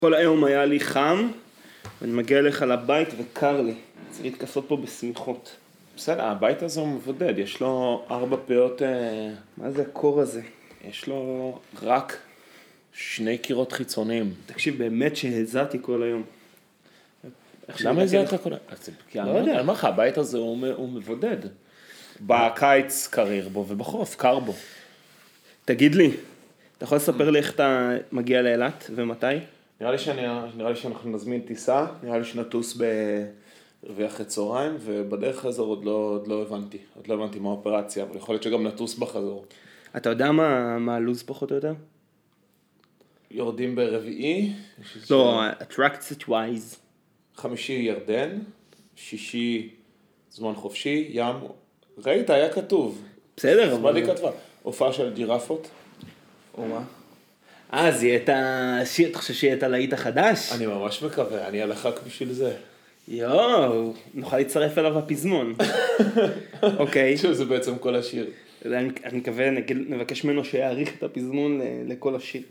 כל היום היה לי חם, ואני מגיע אליך לבית וקר לי. צריך להתכסות פה בסמיכות. בסדר, הבית הזה הוא מבודד, יש לו 4 פאות, מה זה הקור הזה? יש לו רק 2 קירות חיצוניים. תקשיב, באמת שהזעתי כל היום. למה הזעת כל היום? לא יודע. אני אומר לך, הבית הזה הוא מבודד. בקיץ קריר בו ובחורף קר בו. תגיד לי, אתה יכול לספר לי איך אתה מגיע לאילת ומתי? נראה לי שאנחנו נזמין טיסה, נראה לי שנטוס ברביעי אחרי צהריים, ובדרך חזור עוד לא הבנתי מה האופרציה, אבל יכול להיות שגם נטוס בחזור. אתה יודע מה הלו"ז פחות או יותר? יורדים ברביעי. לא, attracted wise. חמישי ירדן, שישי זמן חופשי, ים, ראית, היה כתוב. בסדר, אבל היא כתבה, הופעה של ג'ירפות. או מה? אז יהיה את השיר, אתה חושב שיהיה את הלהיט החדש? אני ממש מקווה, אני על החק בשביל זה. יואו, נוכל להצטרף אליו הפזמון. אוקיי. שזה בעצם כל השיר. אני מקווה, נבקש ממנו שיעריך את הפזמון לכל השיר.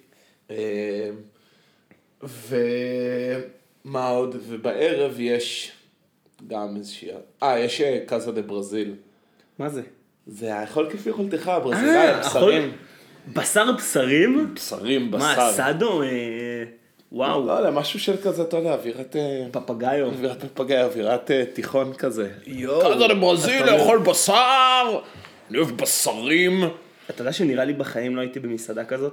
ומה עוד? ובערב יש גם איזושהי... יש קאזה דה ברזיל. מה זה? זה האכול כפי יכולתך, הברזילאי, הבשרים. בשר בשרים? בשרים, בשר. מה, סאדו? וואו. לא יודע, משהו של כזה, אתה יודע, אווירת... פפגאיו. אווירת פפגאיו, אווירת תיכון כזה. יואו. קאזה דה ברזיל, לאכול בשר! אני אוהב בשרים. אתה יודע שנראה לי בחיים לא הייתי במסעדה כזאת?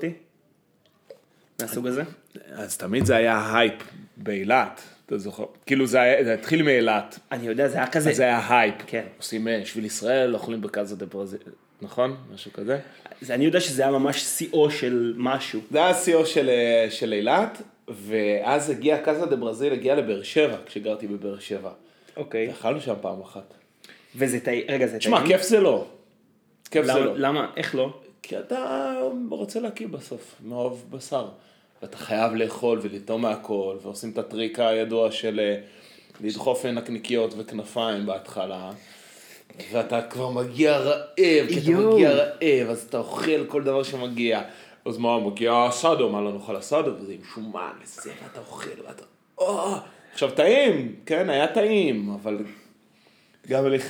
מהסוג הזה? אז תמיד זה היה הייפ באילת, אתה זוכר? כאילו זה התחיל מאילת. אני יודע, זה היה כזה. זה היה הייפ. כן. עושים שביל ישראל, אוכלים בקאזה דה ברזיל, נכון? משהו כזה? אני יודע שזה היה ממש שיאו של משהו. זה היה שיאו של אילת, ואז הגיע קאזה דה ברזיל, הגיע לבאר שבע, כשגרתי בבאר שבע. אוקיי. ואכלנו שם פעם אחת. וזה טעים, רגע, זה טעים? תשמע, כיף זה לא. כיף זה לא. למה? איך לא? כי אתה רוצה להקיא בסוף, מאוהב בשר. ואתה חייב לאכול ולטום מהכל, ועושים את הטריק הידוע של לדחוף נקניקיות וכנפיים בהתחלה, ואתה כבר מגיע רעב, כי אתה מגיע רעב, אז אתה אוכל כל דבר שמגיע. אז מה, מגיע סאדו, מה לא נאכל הסאדו, וזה עם שומן, וזה, ואתה אוכל, ואתה... עכשיו טעים, כן, היה טעים, אבל גם לי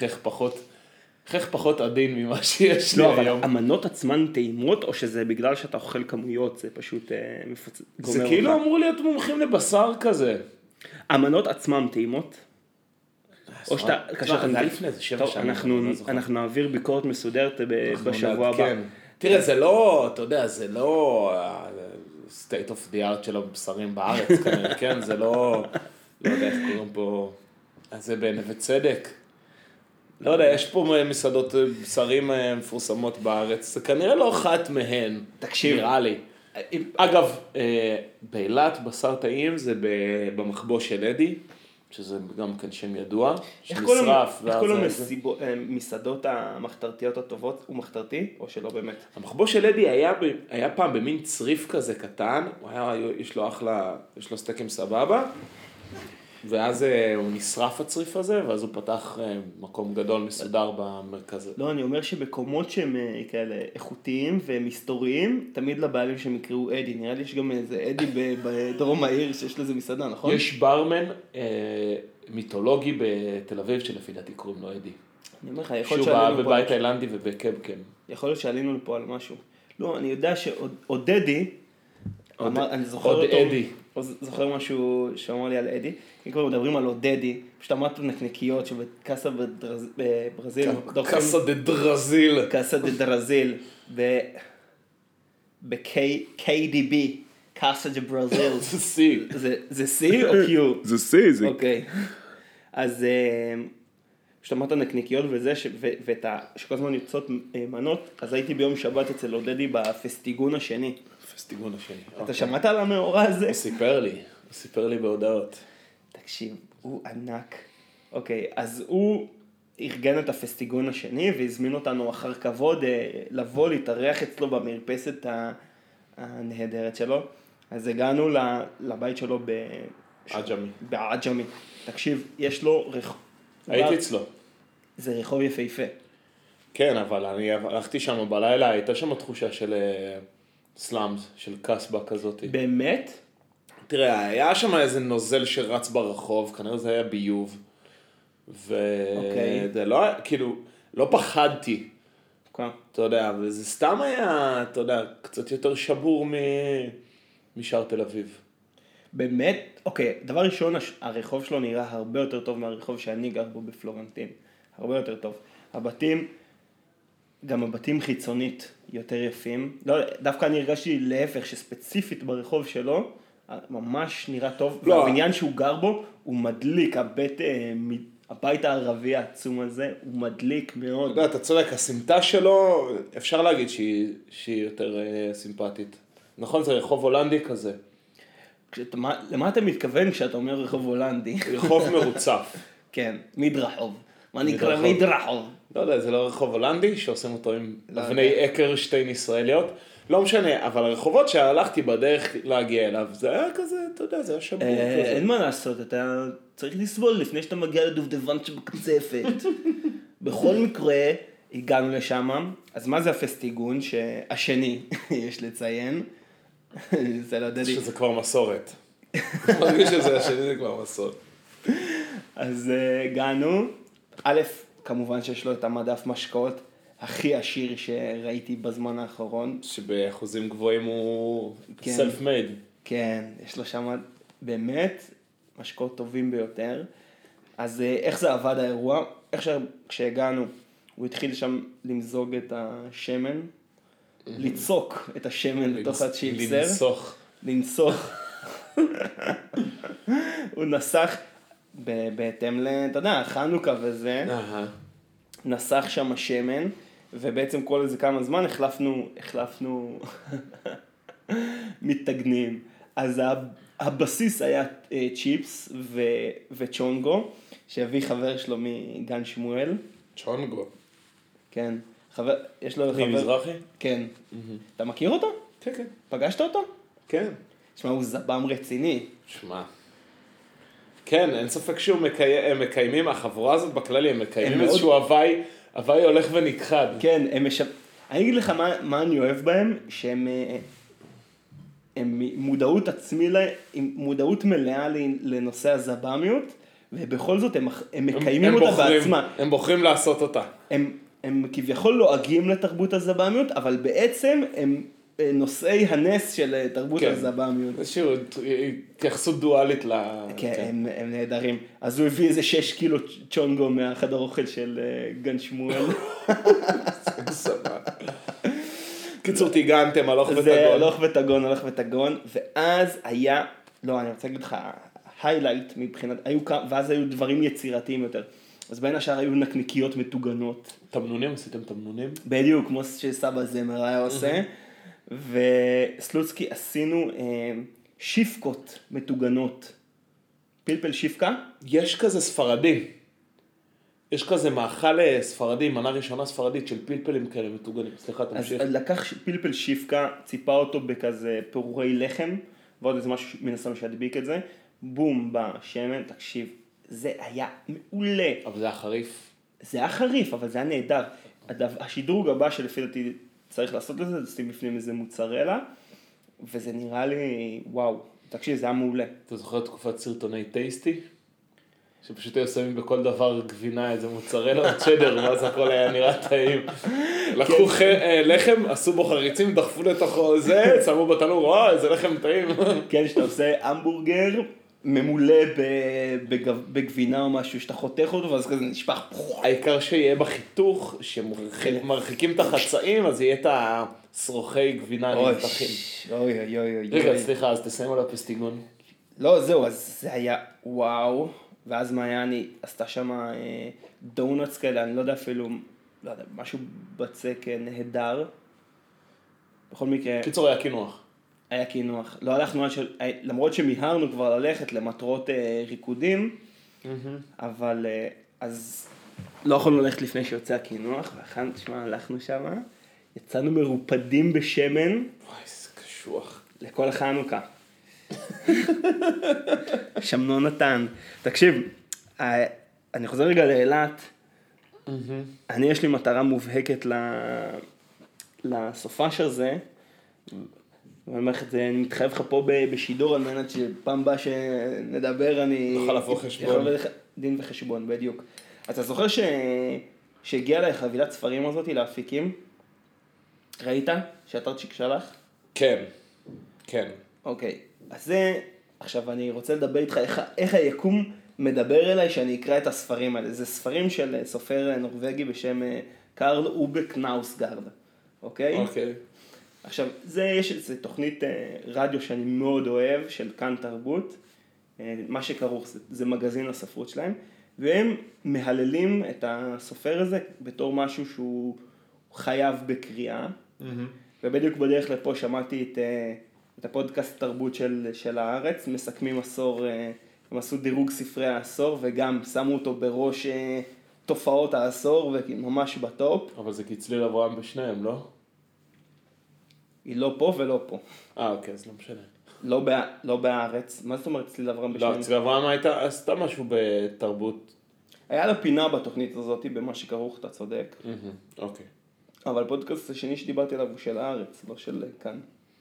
חך פחות עדין ממה שיש לי היום. לא, אבל המנות עצמן טעימות, או שזה בגלל שאתה אוכל כמויות, זה פשוט גומר זה אותך? כאילו אמרו להיות מומחים לבשר כזה. המנות עצמן טעימות? או שאתה... זה היה לפני איזה 7 שנים. אנחנו נעביר ביקורת מסודרת בשבוע הבא. תראה, זה לא, אתה יודע, זה לא state of the art של הבשרים בארץ, כנראה, כן? זה לא יודע איך קוראים פה, זה בנווה צדק. לא יודע, יש פה מסעדות בשרים מפורסמות בארץ, זה כנראה לא אחת מהן, נראה לי. אגב, באילת בשר טעים זה במחבוש של אדי, שזה גם כן שם ידוע, שנשרף. איך כל המסעדות המחתרתיות הטובות, הוא מחתרתי או שלא באמת? המחבוש של אדי היה פעם במין צריף כזה קטן, יש לו סטייקים סבבה, ואז הוא נשרף הצריף הזה, ואז הוא פתח מקום גדול מסודר במרכז. לא, אני אומר שבקומות שהם כאלה איכותיים ומסתוריים, תמיד לבעלים שהם יקראו אדי. נראה לי יש גם איזה אדי בדרום העיר שיש לזה מסעדה, נכון? יש ברמן מיתולוגי בתל אביב שלפי דעתי קוראים לו אדי. אני אומר לך, יכול להיות שעלינו שהוא בא בבית תאילנדי ובקבקם. יכול להיות שעלינו לפה על משהו. לא, אני יודע שעוד אדי, אני זוכר עוד אותו. אדי. זוכר משהו שאמר לי על אדי, אם כבר מדברים על עוד אדי, פשוט אמרת נקניקיות שבקאסה בברזיל, קאסה דה דרזיל. קאסה דה דרזיל, ב-KDB, קאסה דה ברזיל. זה סי. זה C או Q? זה סי, זה. אוקיי. אז פשוט אמרת נקניקיות וזה, שכל הזמן יוצאות מנות, אז הייתי ביום שבת אצל עוד אדי בפסטיגון השני. פסטיגון השני. אתה שמעת על המאורע הזה? הוא סיפר לי בהודעות. תקשיב, הוא ענק. אוקיי, אז הוא ארגן את הפסטיגון השני, והזמין אותנו אחר כבוד לבוא להתארח אצלו במרפסת הנהדרת שלו. אז הגענו לבית שלו בעג'מי. תקשיב, יש לו רחוב. הייתי אצלו. זה רחוב יפהפה. כן, אבל אני הלכתי שם בלילה, הייתה שם תחושה של סלאמס, של קסבה כזאת. באמת? תראה, היה שם איזה נוזל שרץ ברחוב, כנראה זה היה ביוב. וזה לא היה, כאילו, לא פחדתי. אתה יודע, וזה סתם היה, אתה יודע, קצת יותר שבור משאר תל אביב. באמת, אוקיי, דבר ראשון, הרחוב שלו נראה הרבה יותר טוב מהרחוב שאני גר בו בפלורנטין. הרבה יותר טוב. הבתים, גם הבתים חיצונית יותר יפים. לא, דווקא אני הרגשתי להפך שספציפית ברחוב שלו, ממש נראה טוב. לא. והבניין שהוא גר בו, הוא מדליק. הבית הערבי העצום הזה, הוא מדליק מאוד. אתה יודע, אתה צודק, הסמטה שלו, אפשר להגיד שהיא יותר סימפטית. נכון, זה רחוב הולנדי כזה. למה אתה מתכוון כשאתה אומר רחוב הולנדי? רחוב מרוצף. כן, מדרחוב. מה נקרא מדרחוב? לא יודע, זה לא רחוב הולנדי שעושים אותו עם אבני אקרשטיין ישראליות. לא משנה, אבל הרחובות שהלכתי בדרך להגיע אליו, זה היה כזה, אתה יודע, זה היה שבור כזה. אין מה לעשות, אתה צריך לסבול לפני שאתה מגיע לדובדבן שבקצפת. בכל מקרה, הגענו לשם, אז מה זה הפסטיגון השני, יש לציין? זה לא יודע לי. שזה כבר מסורת. מרגיש שזה השני, זה כבר מסורת. אז הגענו, א', כמובן שיש לו את המדף משקאות הכי עשיר שראיתי בזמן האחרון. שבאחוזים גבוהים הוא self-made. כן, יש לו שם באמת משקאות טובים ביותר. אז איך זה עבד האירוע? כשהגענו, הוא התחיל שם למזוג את השמן, ליצוק את השמן לתוך הצ'יפסר. לנסוך. הוא נסח בהתאם אתה יודע, חנוכה וזה, נסח שם שמן, ובעצם כל איזה כמה זמן החלפנו מתגנים. אז הבסיס היה צ'יפס וצ'ונגו, שהביא חבר שלו מגן שמואל. צ'ונגו. כן. יש לו חבר... ממזרחי? כן. אתה מכיר אותו? כן, כן. פגשת אותו? כן. תשמע, הוא זבם רציני. תשמע. כן, אין ספק שהם מקיימים, החבורה הזאת בכללי, הם מקיימים איזשהו הוואי הולך ונכחד. כן, אני אגיד לך מה אני אוהב בהם, שהם מודעות עצמי, מודעות מלאה לנושא הזבמיות, ובכל זאת הם מקיימים אותה בעצמה. הם בוחרים לעשות אותה. הם כביכול לועגים לתרבות הזבמיות, אבל בעצם הם נושאי הנס של תרבות הזבמיות. איזושהי התייחסות דואלית כן, הם נהדרים. אז הוא הביא איזה 6 קילו צ'ונגו מהחדר אוכל של גן שמואל. סבבה. קיצור, תיגנתם, הלוך ותגון. זה הלוך ותגון, ואז היה, לא, אני רוצה להגיד לך, היילייט מבחינת, ואז היו דברים יצירתיים יותר. אז בין השאר היו נקניקיות מטוגנות. תמנונים, עשיתם תמנונים? בדיוק, כמו שסבא זמר היה עושה. וסלוצקי עשינו שיפקות מטוגנות. פלפל שיפקה? יש כזה ספרדי. יש כזה מאכל ספרדי, מנה ראשונה ספרדית של פלפלים כאלה מטוגנים. סליחה, תמשיך. אז לקח פלפל שיפקה, ציפה אותו בכזה פירורי לחם, ועוד איזה משהו מנסה שידביק את זה. בום, בשמן, תקשיב. זה היה מעולה. אבל זה היה חריף. זה היה חריף, אבל זה היה נהדר. השדרוג הבא שלפי דעתי צריך לעשות לזה, זה לשים בפנים איזה מוצרלה, וזה נראה לי, וואו, תקשיב, זה היה מעולה. אתה זוכר תקופת סרטוני טייסטי? שפשוט היו שמים בכל דבר גבינה, איזה מוצרלה או צ'דר, ואז הכל היה נראה טעים. לקחו לחם, עשו בו חריצים, דחפו לתוכו זה, שמו בתנור, וואו, איזה לחם טעים. כן, שאתה עושה המבורגר, ממולא בגבינה או משהו, שאתה חותך אותו, ואז כזה נשפך. העיקר שיהיה בחיתוך, שמרחיקים את החצאים, אז יהיה את השרוחי גבינה נמתחים. אוי, אוי, אוי. רגע, סליחה, אז תסיים על הפסטיגון. לא, זהו, אז זה היה וואו, ואז מעייני עשתה שם דונוטס כאלה, אני לא יודע אפילו, לא יודע, משהו בצק נהדר. בכל מקרה... קיצור, היה קינוח. היה קינוח. לא הלכנו, למרות שמיהרנו כבר ללכת למטרות ריקודים, אבל אז לא יכולנו ללכת לפני שיוצא הקינוח, ואחר תשמע, הלכנו שם, יצאנו מרופדים בשמן. וואי, זה קשוח. לכל החנוכה. שמנו נתן. תקשיב, אני חוזר רגע לאילת, יש לי מטרה מובהקת לסופה של זה, ואני אומר לך, אני מתחייב לך פה בשידור על מנת שפעם הבאה שנדבר אני... נוכל לבוא חשבון. יכול לך דין וחשבון, בדיוק. אתה זוכר שהגיעה אליי חבילת ספרים הזאת להפיקים? ראית? שהטרצ'יק שלח? כן, כן. אוקיי, אז זה... עכשיו אני רוצה לדבר איתך איך היקום מדבר אליי שאני אקרא את הספרים האלה. זה ספרים של סופר נורווגי בשם קארל אובה קנאוסגארד. אוקיי? אוקיי. עכשיו, יש איזו תוכנית רדיו שאני מאוד אוהב, של כאן תרבות, מה שכרוך, זה מגזין הספרות שלהם, והם מהללים את הסופר הזה בתור משהו שהוא חייב בקריאה, ובדיוק בדרך לפה שמעתי את הפודקאסט תרבות של הארץ, מסכמים עשור, הם עשו דירוג ספרי העשור, וגם שמו אותו בראש תופעות העשור, וממש בטופ. אבל זה כצליל אברהם בשניהם, לא? היא לא פה ולא פה. אוקיי, אז לא משנה. לא בארץ. מה זאת אומרת צליל אברהם בשניהם? לא, צליל אברהם עשתה משהו בתרבות. היה לה פינה בתוכנית הזאת, במה שכרוך, אתה צודק. אוקיי. אבל הפודקאסט השני שדיברתי עליו הוא של הארץ, לא של כאן.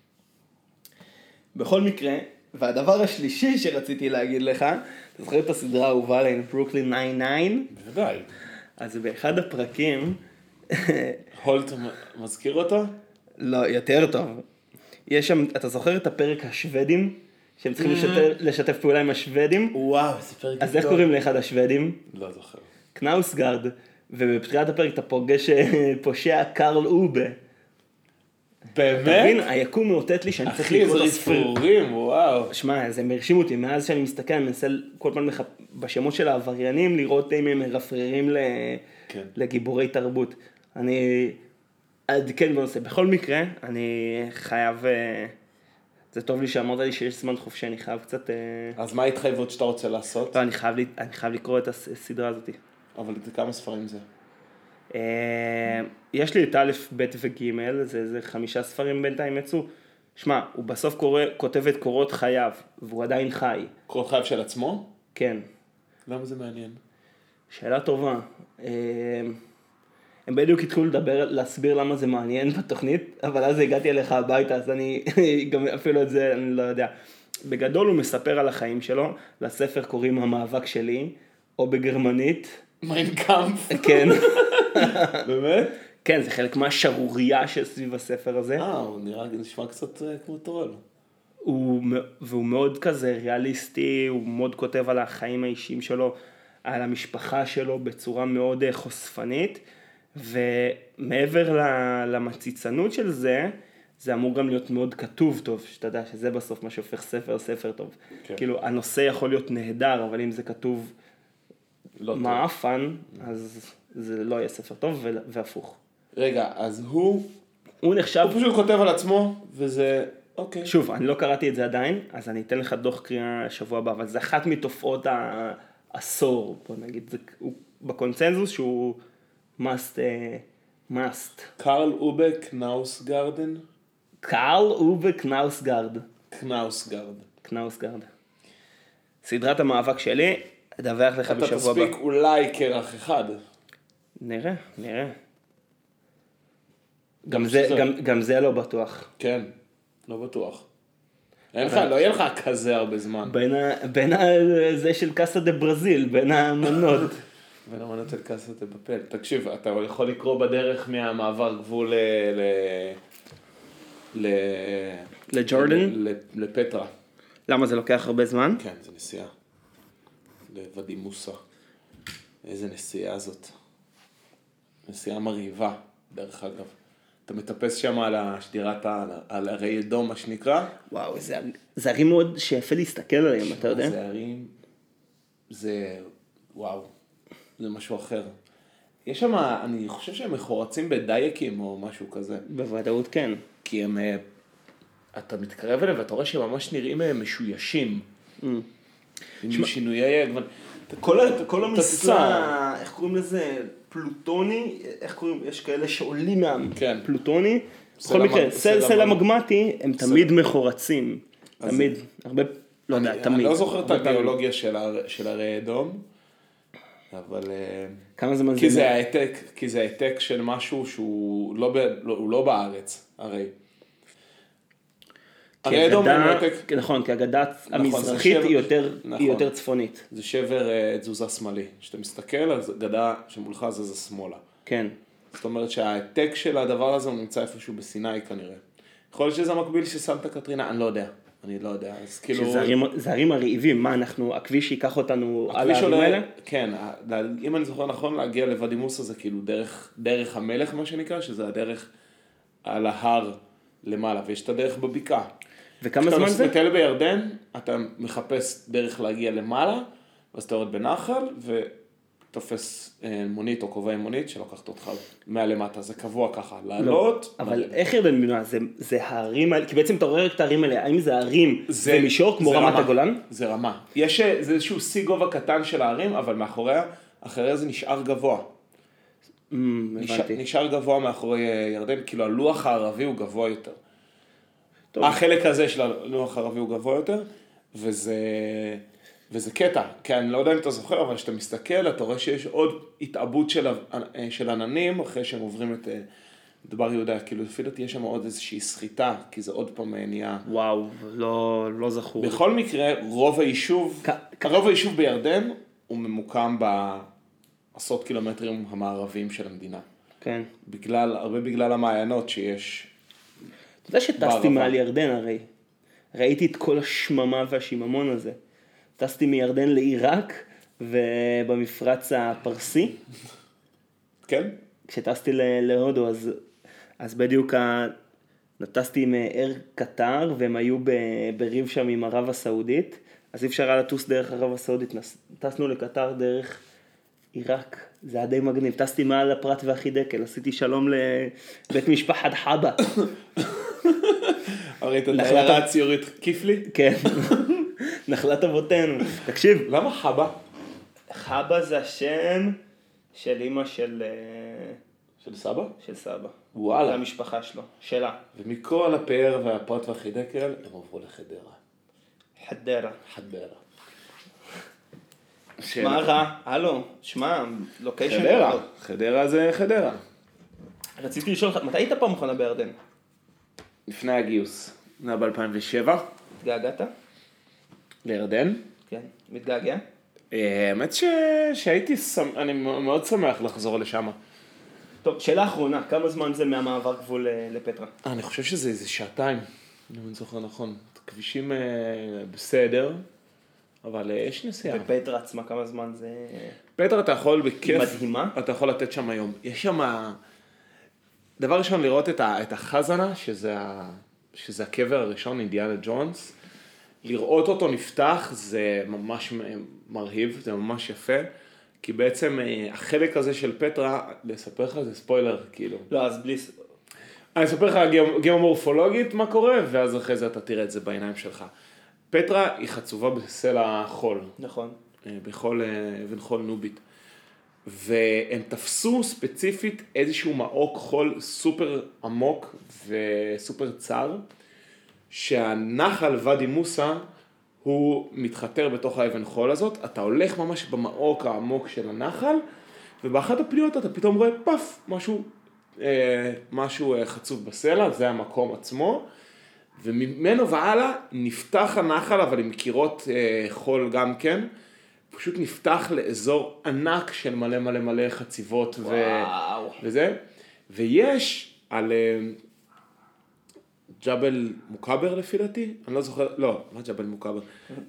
בכל מקרה, והדבר השלישי שרציתי להגיד לך, אתה זוכר את הסדרה האהובה עלינו, ברוקלין 99? בוודאי. אז באחד הפרקים... הולט מזכיר אותו? לא, יותר טוב. יש שם, אתה זוכר את הפרק השוודים? שהם צריכים לשתף פעולה עם השוודים? וואו, זה פרק אז איך קוראים לאחד השוודים? לא זוכר. קנאוסגארד. ובפתחילת הפרק אתה פוגש פושע קארל אובה. באמת? תבין, היקום מאותת לי שאני צריך לקרוא את הספרים. אחי, זה רפרורים, וואו. שמע, זה מרשים אותי. מאז שאני מסתכל, אני מנסה כל פעם בשמות של העבריינים, לראות אם הם מרפררים לגיבורי תרבות. אני... עד כן בנושא. בכל מקרה, אני חייב... זה טוב לי שאמרת לי שיש זמן חופשי, אני חייב קצת... אז מה ההתחייבות שאתה רוצה לעשות? לא, אני חייב לקרוא את הסדרה הזאת. אבל כמה ספרים זה? יש לי את א', ב' וג', זה 5 ספרים בינתיים יצאו. שמע, הוא בסוף כותב את קורות חייו, והוא עדיין חי. קורות חייו של עצמו? כן. למה זה מעניין? שאלה טובה. הם בדיוק התחילו להסביר למה זה מעניין בתוכנית, אבל אז הגעתי אליך הביתה, אז אני גם אפילו את זה, אני לא יודע. בגדול הוא מספר על החיים שלו, לספר קוראים המאבק שלי, או בגרמנית. מיין קאמפ. כן. באמת? כן, זה חלק מהשרוריה שסביב הספר הזה. הוא נשמע קצת כמו טרול. והוא מאוד כזה ריאליסטי, הוא מאוד כותב על החיים האישיים שלו, על המשפחה שלו בצורה מאוד חושפנית, ומעבר למציצנות של זה, זה אמור גם להיות מאוד כתוב טוב, שאתה יודע שזה בסוף מה שהופך ספר טוב. כן. כאילו, הנושא יכול להיות נהדר, אבל אם זה כתוב לא מאפן, אז זה לא יהיה ספר טוב, והפוך. רגע, אז הוא נחשב... הוא פשוט כותב על עצמו, וזה... אוקיי. שוב, אני לא קראתי את זה עדיין, אז אני אתן לך דוח קריאה שבוע הבא, אבל זה אחת מתופעות העשור, בוא נגיד, זה בקונצנזוס שהוא must. קארל אובה קנאוסגארדן? קארל אובה קנאוסגארד. קנאוסגארד. סדרת המאבק שלי, אדווח לך בשבוע הבא. אתה תספיק אולי קרח אחד. נראה. גם זה לא בטוח. כן, לא בטוח. לא יהיה לך כזה הרבה זמן. בין זה של קאסה דה ברזיל, בין המנות. בין המנות של קאסה דה בפל. תקשיב, אתה יכול לקרוא בדרך מהמעבר גבול לג'ורדן? לפטרה. למה זה לוקח הרבה זמן? כן, זה נסיעה. לוודימוסה. איזה נסיעה זאת. נסיעה מרהיבה, דרך אגב. אתה מטפס שם על השדירת, על הרי אדום, מה שנקרא. וואו, זה ערים מאוד שיפה להסתכל עליהם, אתה יודע? זה ערים, וואו, זה משהו אחר. יש שם, אני חושב שהם מחורצים בדייקים או משהו כזה. בוודאות כן. כי הם, אתה מתקרב אליהם ואתה רואה שהם ממש נראים משוישים. עם שינויי, כל המסע, איך קוראים לזה? פלוטוני, איך קוראים? יש כאלה שעולים מהפלוטוני. בכל מקרה, סלע מגמטי, הם תמיד מחורצים. תמיד, הרבה, לא יודע, תמיד. אני לא זוכר את הגיאולוגיה של הרי אדום, אבל... כמה זמן זה? כי זה העתק של משהו שהוא לא בארץ, הרי. הרי אדום הם העתק. נכון, כי הגדה המזרחית היא יותר צפונית. זה שבר תזוזה שמאלי. כשאתה מסתכל, אז גדה שמולך זה שמאלה. כן. זאת אומרת שהעתק של הדבר הזה הוא נמצא איפשהו בסיני כנראה. יכול להיות שזה המקביל של סנטה קטרינה, אני לא יודע. אז כאילו... שזה ערים הרעיבים, מה אנחנו, הכביש ייקח אותנו על הערים האלה? כן, אם אני זוכר נכון, להגיע לוואדי מוסא זה כאילו דרך המלך מה שנקרא, שזה הדרך על ההר למעלה, ויש את הדרך בבקעה. וכמה זמן זה? כשאתה מטייל בירדן, אתה מחפש דרך להגיע למעלה, ואז אתה יורד בנחל, ותופס מונית או קובעי מונית שלוקחת אותך מהלמטה, זה קבוע ככה, לעלות. אבל איך ירדן בנויה? זה הערים האלה, כי בעצם אתה רואה רק את הערים האלה, האם זה הערים ומישור כמו רמת הגולן? זה רמה. זה איזשהו שיא גובה קטן של הערים, אבל מאחוריה, אחרי זה נשאר גבוה. נשאר גבוה מאחורי ירדן, כאילו הלוח הערבי הוא גבוה יותר. החלק הזה של הלוח הערבי הוא גבוה יותר, וזה קטע, כי אני לא יודע אם אתה זוכר, אבל כשאתה מסתכל, אתה רואה שיש עוד התאבות של עננים, אחרי שהם עוברים את דבר יהודה, כאילו לפי דעתי יש שם עוד איזושהי סחיטה, כי זה עוד פעם נהיה... וואו, לא זכור. בכל מקרה, רוב היישוב בירדן, הוא ממוקם בעשרות קילומטרים המערביים של המדינה. כן. הרבה בגלל המעיינות שיש... אתה יודע שטסתי מעל ירדן הרי. ראיתי את כל השממה והשיממון הזה. טסתי מירדן לעיראק ובמפרץ הפרסי. כן. כשטסתי להודו אז בדיוק טסתי עם אייר קטר והם היו בריב שם עם ערב הסעודית. אז אי אפשר היה לטוס דרך ערב הסעודית. טסנו לקטר דרך עיראק. זה היה די מגניב. טסתי מעל הפרת והחידקל. עשיתי שלום לבית משפחת חבא. הרי את התיירה הציורית כיפלי? כן, נחלת אבותינו. תקשיב. למה חבא? חבא זה השם של אמא של... של סבא? של סבא. וואלה. זה המשפחה שלו, שלה. ומכל הפאר והפרת והחידקל הם עברו לחדרה. חדרה. מה רע? הלו, שמע, לוקיישן. חדרה זה חדרה. רציתי לשאול לך, מתי היית פעם מוכנה בירדן? לפני הגיוס, זה היה ב-2007. התגעגעת? לירדן? כן, מתגעגע? האמת אני מאוד שמח לחזור לשם. טוב, שאלה אחרונה, כמה זמן זה מהמעבר גבול לפטרה? אני חושב שזה איזה שעתיים, אם אני זוכר נכון. כבישים בסדר, אבל יש נסיעה. ופטרה עצמה, כמה זמן זה... פטרה אתה יכול בכיף... מדהימה? אתה יכול לתת שם היום. יש שם... דבר ראשון, לראות את החזנה, שזה הקבר הראשון, אינדיאנה ג'ונס. לראות אותו נפתח, זה ממש מרהיב, זה ממש יפה. כי בעצם החלק הזה של פטרה, לספר לך זה ספוילר, כאילו. לא, אז בלי... אני אספר לך גיאומורפולוגית מה קורה, ואז אחרי זה אתה תראה את זה בעיניים שלך. פטרה היא חצובה בסלע חול. נכון. אבן חול נובית. והם תפסו ספציפית איזשהו מעוק חול סופר עמוק וסופר צר, שהנחל ואדי מוסא הוא מתחתר בתוך האבן חול הזאת, אתה הולך ממש במעוק העמוק של הנחל, ובאחת הפניות אתה פתאום רואה פף, משהו חצוב בסלע, זה המקום עצמו, וממנו והלאה נפתח הנחל, אבל עם קירות חול גם כן, פשוט נפתח לאזור ענק של מלא חציבות וזה, ויש על ג'בל מוקבר לפי דעתי, אני לא זוכר, לא, מה ג'בל מוקבר?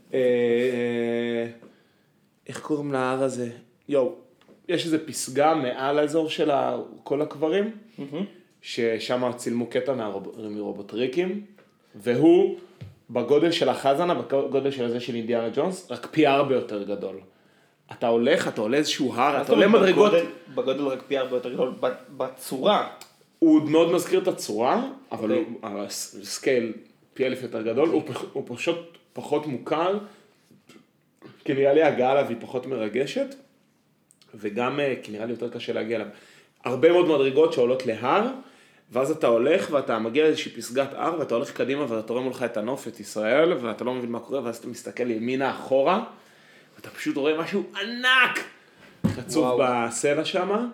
איך קוראים להר הזה? יש איזו פסגה מעל האזור של כל הקברים, ששם צילמו קטע מרובוטריקים, והוא בגודל של החזנה, בגודל של הזה של אינדיאנה ג'ונס, רק פי הרבה יותר גדול. אתה הולך, אתה עולה איזשהו הר, אתה עולה מדרגות. בגודל רק פי הרבה יותר גדול, בצורה. הוא מאוד מזכיר את הצורה, אבל הסקייל פי אלף יותר גדול, הוא פשוט פחות מוכר, כי נראה לי הגעה אליו היא פחות מרגשת, וגם כי נראה לי יותר קשה להגיע אליו. הרבה מאוד מדרגות שעולות להר, ואז אתה הולך ואתה מגיע לאיזושהי פסגת הר, ואתה הולך קדימה ואתה רואה מולך את הנוף, את ישראל, ואתה לא מבין מה קורה, ואז אתה מסתכל ימינה אחורה, ואתה פשוט רואה משהו ענק חצוף בסלע שם,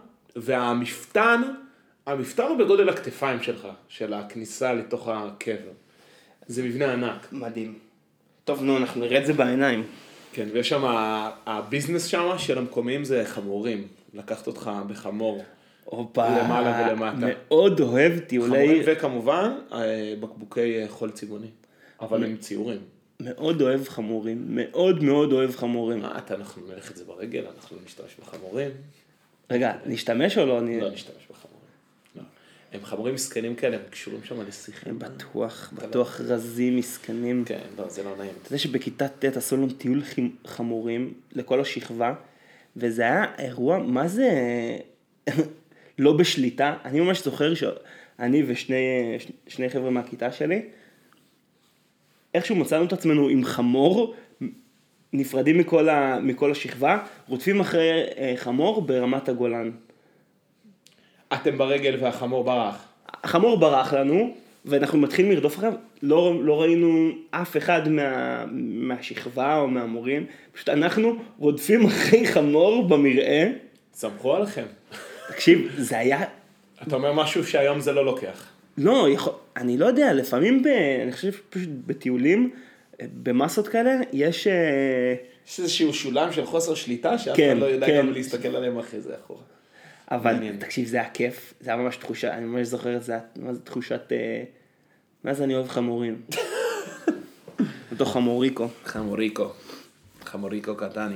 והמפתן הוא בגודל הכתפיים שלך, של הכניסה לתוך הקבר. זה מבנה ענק. מדהים. טוב, נו, אנחנו נראה את זה בעיניים. כן, ויש שם, הביזנס שם של המקומיים זה חמורים. לקחת אותך בחמור. אופה, למעלה ולמטה. מאוד אוהב טיולי... חמורים וכמובן, בקבוקי חול צבעוני. אבל הם ציורים. מאוד אוהב חמורים, מאוד מאוד אוהב חמורים. אנחנו נלך את זה ברגל, אנחנו לא נשתמש בחמורים. רגע, נשתמש או לא? לא נשתמש בחמורים. לא. הם חמורים מסכנים כאלה, הם קשורים שם לשיחים. בטוח רזים, מסכנים. כן, לא, זה לא נעים. אתה יודע שבכיתה ט' עשו לנו טיול חמורים לכל השכבה, וזה היה אירוע, מה זה לא בשליטה? אני ממש זוכר שאני ושני חבר'ה מהכיתה שלי, איכשהו מצאנו את עצמנו עם חמור, נפרדים מכל השכבה, רודפים אחרי חמור ברמת הגולן. אתם ברגל והחמור ברח. החמור ברח לנו, ואנחנו מתחילים לרדוף אחריו, לא ראינו אף אחד מהשכבה או מהמורים, פשוט אנחנו רודפים אחרי חמור במראה. סמכו עליכם. תקשיב, זה היה... אתה אומר משהו שהיום זה לא לוקח. לא, אני לא יודע, לפעמים אני חושב פשוט בטיולים, במסות כאלה, יש איזשהו שולם של חוסר שליטה, שאף אחד לא יודע גם להסתכל עליהם אחרי זה אחורה. אבל תקשיב, זה היה כיף, זה היה ממש תחושה, אני ממש זוכר את זה, מה זה תחושת, מה זה אני אוהב חמורים. אותו חמוריקו. חמוריקו קטני.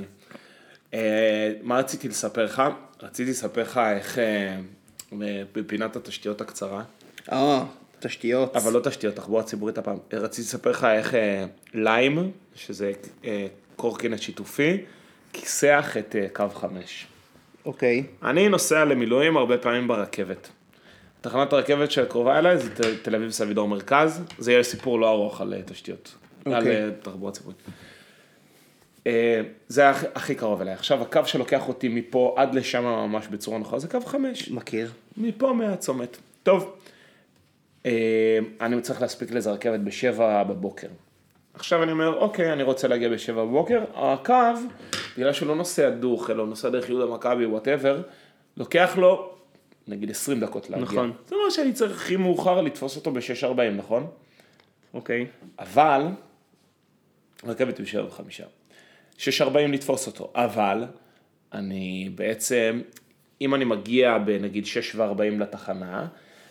מה רציתי לספר לך? רציתי לספר לך איך, בפינת התשתיות הקצרה. תשתיות. אבל לא תשתיות, תחבורה ציבורית הפעם. רציתי לספר לך איך ליים, שזה קורקינט שיתופי, כיסח את קו 5. אוקיי. אני נוסע למילואים הרבה פעמים ברכבת. תחנת הרכבת שקרובה אליי זה תל אביב סבידור מרכז, זה יהיה סיפור לא ארוך על תשתיות, על תחבורה ציבורית. זה הכי קרוב אליי. עכשיו, הקו שלוקח אותי מפה עד לשם ממש בצורה נוחה, זה קו 5. מכיר. מפה מהצומת. טוב, אני צריך להספיק לזה רכבת ב7 בבוקר. עכשיו אני אומר, אוקיי, אני רוצה להגיע ב7 בבוקר, הקו, בגלל שהוא לא נוסע דוך, אלא נוסע דרך יהודה מכבי, whatever, לוקח לו, נגיד 20 דקות להגיע. נכון. זה אומר שאני צריך הכי מאוחר לתפוס אותו ב6:40, נכון? אוקיי. אבל, רכבת ב7:05. 6:40 לתפוס אותו, אבל, אני בעצם, אם אני מגיע בנגיד 6:40 לתחנה,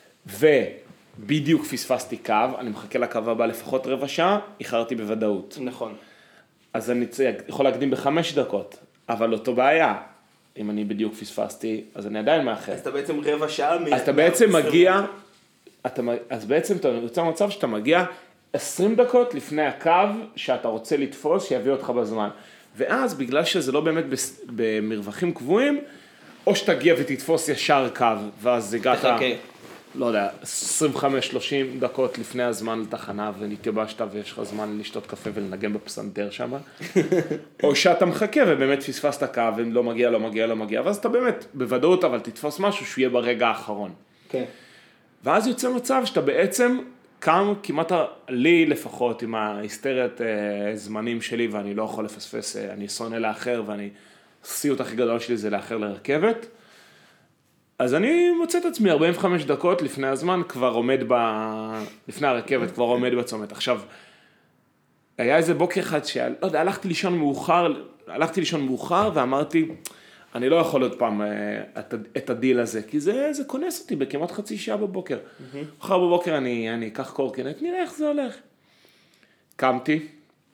בדיוק פספסתי קו, אני מחכה לקו הבא לפחות רבע שעה, איחרתי בוודאות. נכון. אז אני יכול להקדים ב5 דקות, אבל אותו בעיה, אם אני בדיוק פספסתי, אז אני עדיין מאחר. אז אתה בעצם רבע שעה... אז אתה בעצם מגיע, אז בעצם אתה יוצא מצב שאתה מגיע 20 דקות לפני הקו שאתה רוצה לתפוס, שיביא אותך בזמן. ואז בגלל שזה לא באמת במרווחים קבועים, או שתגיע ותתפוס ישר קו, ואז הגעת... לא יודע, 25-30 דקות לפני הזמן לתחנה ונתייבשת ויש לך זמן לשתות קפה ולנגן בפסנתר שם. או שאתה מחכה ובאמת פספסת קו ולא מגיע, לא מגיע, ואז אתה באמת בוודאות אבל תתפוס משהו שהוא יהיה ברגע האחרון. כן. ואז יוצא מצב שאתה בעצם קם כמעט לי לפחות עם ההיסטריית זמנים שלי ואני לא יכול לפספס, אני שונא לאחר ואני, הסיוט הכי גדול שלי זה לאחר לרכבת. אז אני מוצא את עצמי 45 דקות לפני הזמן, כבר עומד לפני הרכבת, כבר עומד בצומת. עכשיו, היה איזה בוקר אחד לא יודע, הלכתי לישון מאוחר ואמרתי, אני לא יכול עוד פעם את הדיל הזה, כי זה כונס אותי בכמעט חצי שעה בבוקר. מחר בבוקר אני אקח קורקינט, נראה איך זה הולך. קמתי,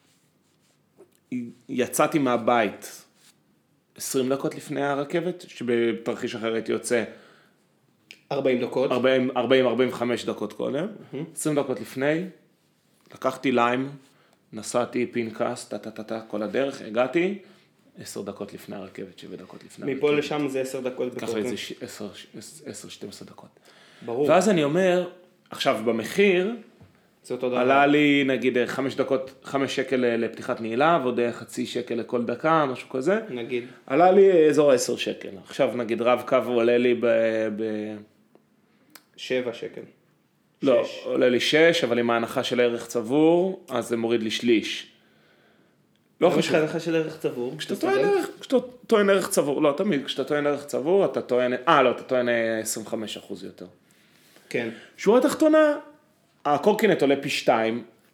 יצאתי מהבית, 20 דקות לפני הרכבת, שבתרחיש אחר הייתי יוצא 40 דקות. 40-45 דקות קודם, 20 דקות לפני, לקחתי ליים, נסעתי פינקאס, כל הדרך, הגעתי, 10 דקות לפני הרכבת, 7 דקות לפני הרכבת. מפה לשם זה 10 דקות ככה בקורקינט. זה 10-12 דקות. ברור. ואז אני אומר, עכשיו במחיר, עלה לי נגיד 5 שקל לפתיחת נעילה, ועוד חצי שקל לכל דקה, משהו כזה. נגיד. עלה לי אזור 10 שקל. עכשיו נגיד רב קו עולה לי 7 שקל. לא, עולה לי 6, אבל עם ההנחה של ערך צבור, אז זה מוריד לי שליש. לא חשוב. יש לך הנחה של ערך צבור. כשאתה טוען ערך צבור, לא תמיד, כשאתה טוען ערך צבור, אתה טוען, אתה טוען 25% יותר. כן. שורה תחתונה, הקורקינט עולה פי 2,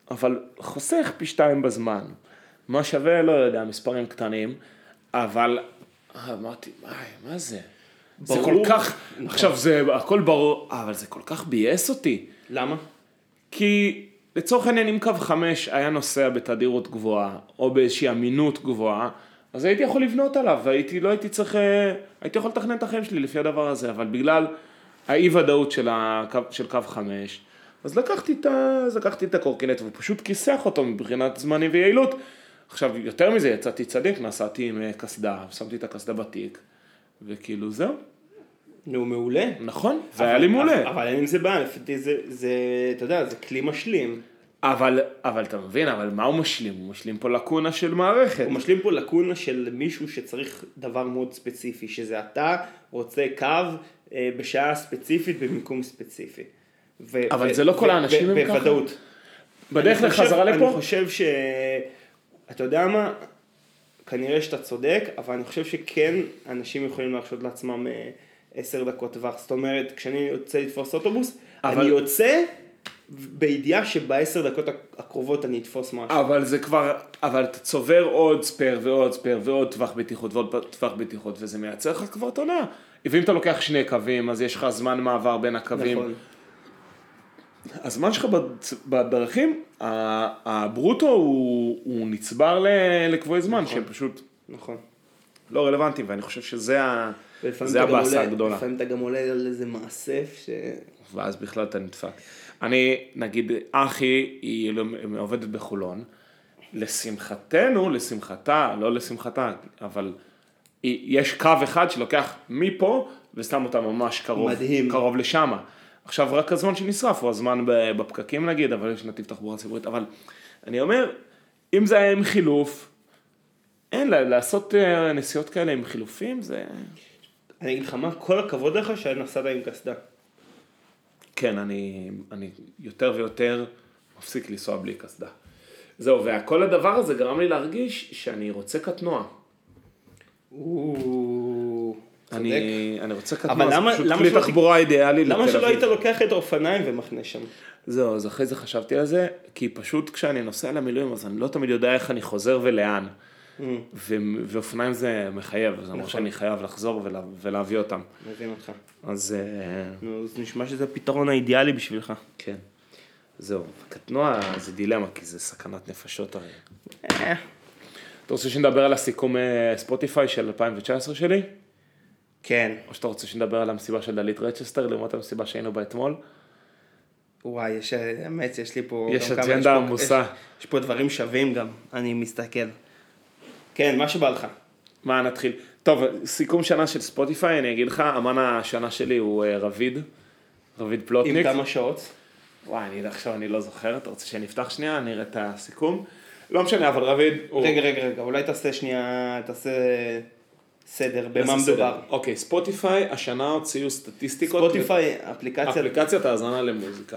אבל חוסך פי 2 בזמן. מה שווה, לא יודע, מספרים קטנים, אבל אמרתי, מה זה? זה כל כך, עכשיו זה הכל ברור, אבל זה כל כך בייס אותי. למה? כי לצורך העניין, אם קו 5 היה נוסע בתדירות גבוהה, או באיזושהי אמינות גבוהה, אז הייתי יכול לבנות עליו, הייתי יכול לתכנן את החיים שלי לפי הדבר הזה, אבל בגלל האי-ודאות של קו 5, אז לקחתי את הקורקינט, ופשוט כיסח אותו מבחינת זמני ויעילות. עכשיו, יותר מזה, יצאתי צדיק, נסעתי עם קסדה, שמתי את הקסדה בתיק, וכאילו זהו. נו, מעולה. נכון, זה היה לי מעולה. אבל אין עם זה בעיה, זה, אתה יודע, זה כלי משלים. אבל אתה מבין, אבל מה הוא משלים? הוא משלים פה לקונה של מערכת. הוא משלים פה לקונה של מישהו שצריך דבר מאוד ספציפי, שזה אתה רוצה קו בשעה ספציפית במיקום ספציפי. אבל זה לא כל האנשים הם ככה. בוודאות. בדרך לחזרה לפה? אני חושב אתה יודע מה, כנראה שאתה צודק, אבל אני חושב שכן אנשים יכולים להרשות לעצמם 10 דקות טווח. זאת אומרת, כשאני יוצא לתפוס אוטובוס, אני יוצא בידיעה שב10 דקות הקרובות אני אתפוס משהו. אבל אתה צובר עוד ספר ועוד ספר ועוד טווח בטיחות ועוד טווח בטיחות, וזה מייצר לך כבר תונה. ואם אתה לוקח 2 קווים, אז יש לך זמן מעבר בין הקווים. נכון. הזמן שלך בדרכים, הברוטו הוא נצבר לקבועי זמן, שהם פשוט לא רלוונטיים, ואני חושב שזה הבאסה הגדולה. לפעמים אתה גם עולה על איזה מאסף ואז בכלל אתה נדפק. אני, נגיד, אחי, היא עובדת בחולון, לשמחתה, לא לשמחתה, אבל יש קו אחד שלוקח מפה, ושם אותה ממש קרוב לשם. עכשיו רק הזמן שנשרף, הוא הזמן בפקקים נגיד, אבל יש נתיב תחבורה ציבורית, אבל אני אומר, אם זה היה עם חילוף, אין לעשות נסיעות כאלה עם חילופים, זה... אני אגיד לך מה, כל הכבוד לך שנסעת עם קסדה. כן, אני יותר ויותר מפסיק לנסוע בלי קסדה. זהו, וכל הדבר הזה גרם לי להרגיש שאני רוצה קטנוע. אני רוצה קטנוע, זה פשוט כלי תחבורה אידיאלי לתל אביב. למה שלא היית לוקח את האופניים ומחנה שם? זהו, אז אחרי זה חשבתי על זה, כי פשוט כשאני נוסע למילואים, אז אני לא תמיד יודע איך אני חוזר ולאן. ואופניים זה מחייב, זה אומר שאני חייב לחזור ולהביא אותם. מבין אותך. אז נשמע שזה הפתרון האידיאלי בשבילך. כן. זהו, קטנוע זה דילמה, כי זה סכנת נפשות הרי. אתה רוצה שנדבר על הסיכום ספוטיפיי של 2019 שלי? כן. או שאתה רוצה שנדבר על המסיבה של דלית רצ'סטר, לעומת המסיבה שהיינו בה אתמול? וואי, יש לי פה... יש אג'נדה עמוסה. יש פה דברים שווים גם, אני מסתכל. כן, מה שבא לך. מה, נתחיל? טוב, סיכום שנה של ספוטיפיי, אני אגיד לך, אמן השנה שלי הוא רביד פלוטניק. עם כמה שעות? וואי, עכשיו אני לא זוכר, אתה רוצה שאני אפתח שנייה, אני אראה את הסיכום. לא משנה, אבל רביד הוא... רגע, אולי תעשה סדר, במה מדובר. אוקיי, ספוטיפיי, השנה הוציאו סטטיסטיקות. ספוטיפיי, אפליקציית האזנה למוזיקה.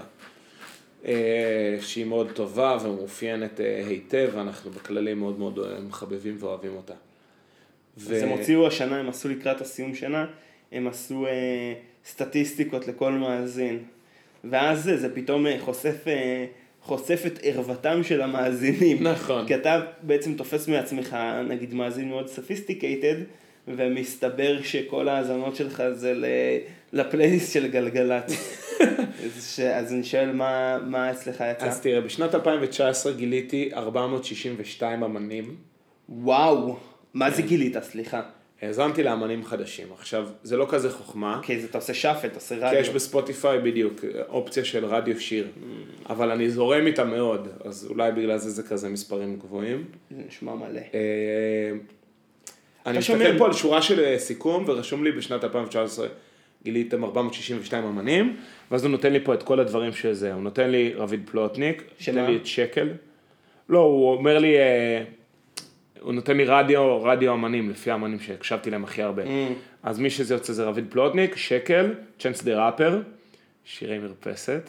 שהיא מאוד טובה ומאופיינת היטב, ואנחנו בכללים מאוד מאוד מחבבים ואוהבים אותה. אז הם הוציאו השנה, הם עשו לקראת הסיום שנה, הם עשו סטטיסטיקות לכל מאזין. ואז זה פתאום חושף את ערוותם של המאזינים. נכון. כי אתה בעצם תופס מעצמך, נגיד מאזין מאוד סופיסטיקייטד, ומסתבר שכל ההאזנות שלך זה לפלייליסט של גלגלצ. אז אני שואל מה אצלך יצא? אז תראה, בשנת 2019 גיליתי 462 אמנים. וואו, מה זה גילית? סליחה. האזנתי לאמנים חדשים. עכשיו, זה לא כזה חוכמה. כי אתה עושה שפל, אתה עושה רדיו. כי יש בספוטיפיי בדיוק אופציה של רדיו שיר. אבל אני זורם איתה מאוד, אז אולי בגלל זה כזה מספרים גבוהים. זה נשמע מלא. אני מסתכל פה על שורה של סיכום, ורשום לי בשנת 2019 גיליתם 462 אמנים, ואז הוא נותן לי פה את כל הדברים שזה. הוא נותן לי רביד פלוטניק, נותן לי את שקל. לא, הוא אומר לי... הוא נותן לי רדיו אמנים, לפי האמנים שהקשבתי להם הכי הרבה. אז מי שזה יוצא זה רביד פלוטניק, שקל, צ'אנס דה ראפר, שירי מרפסת,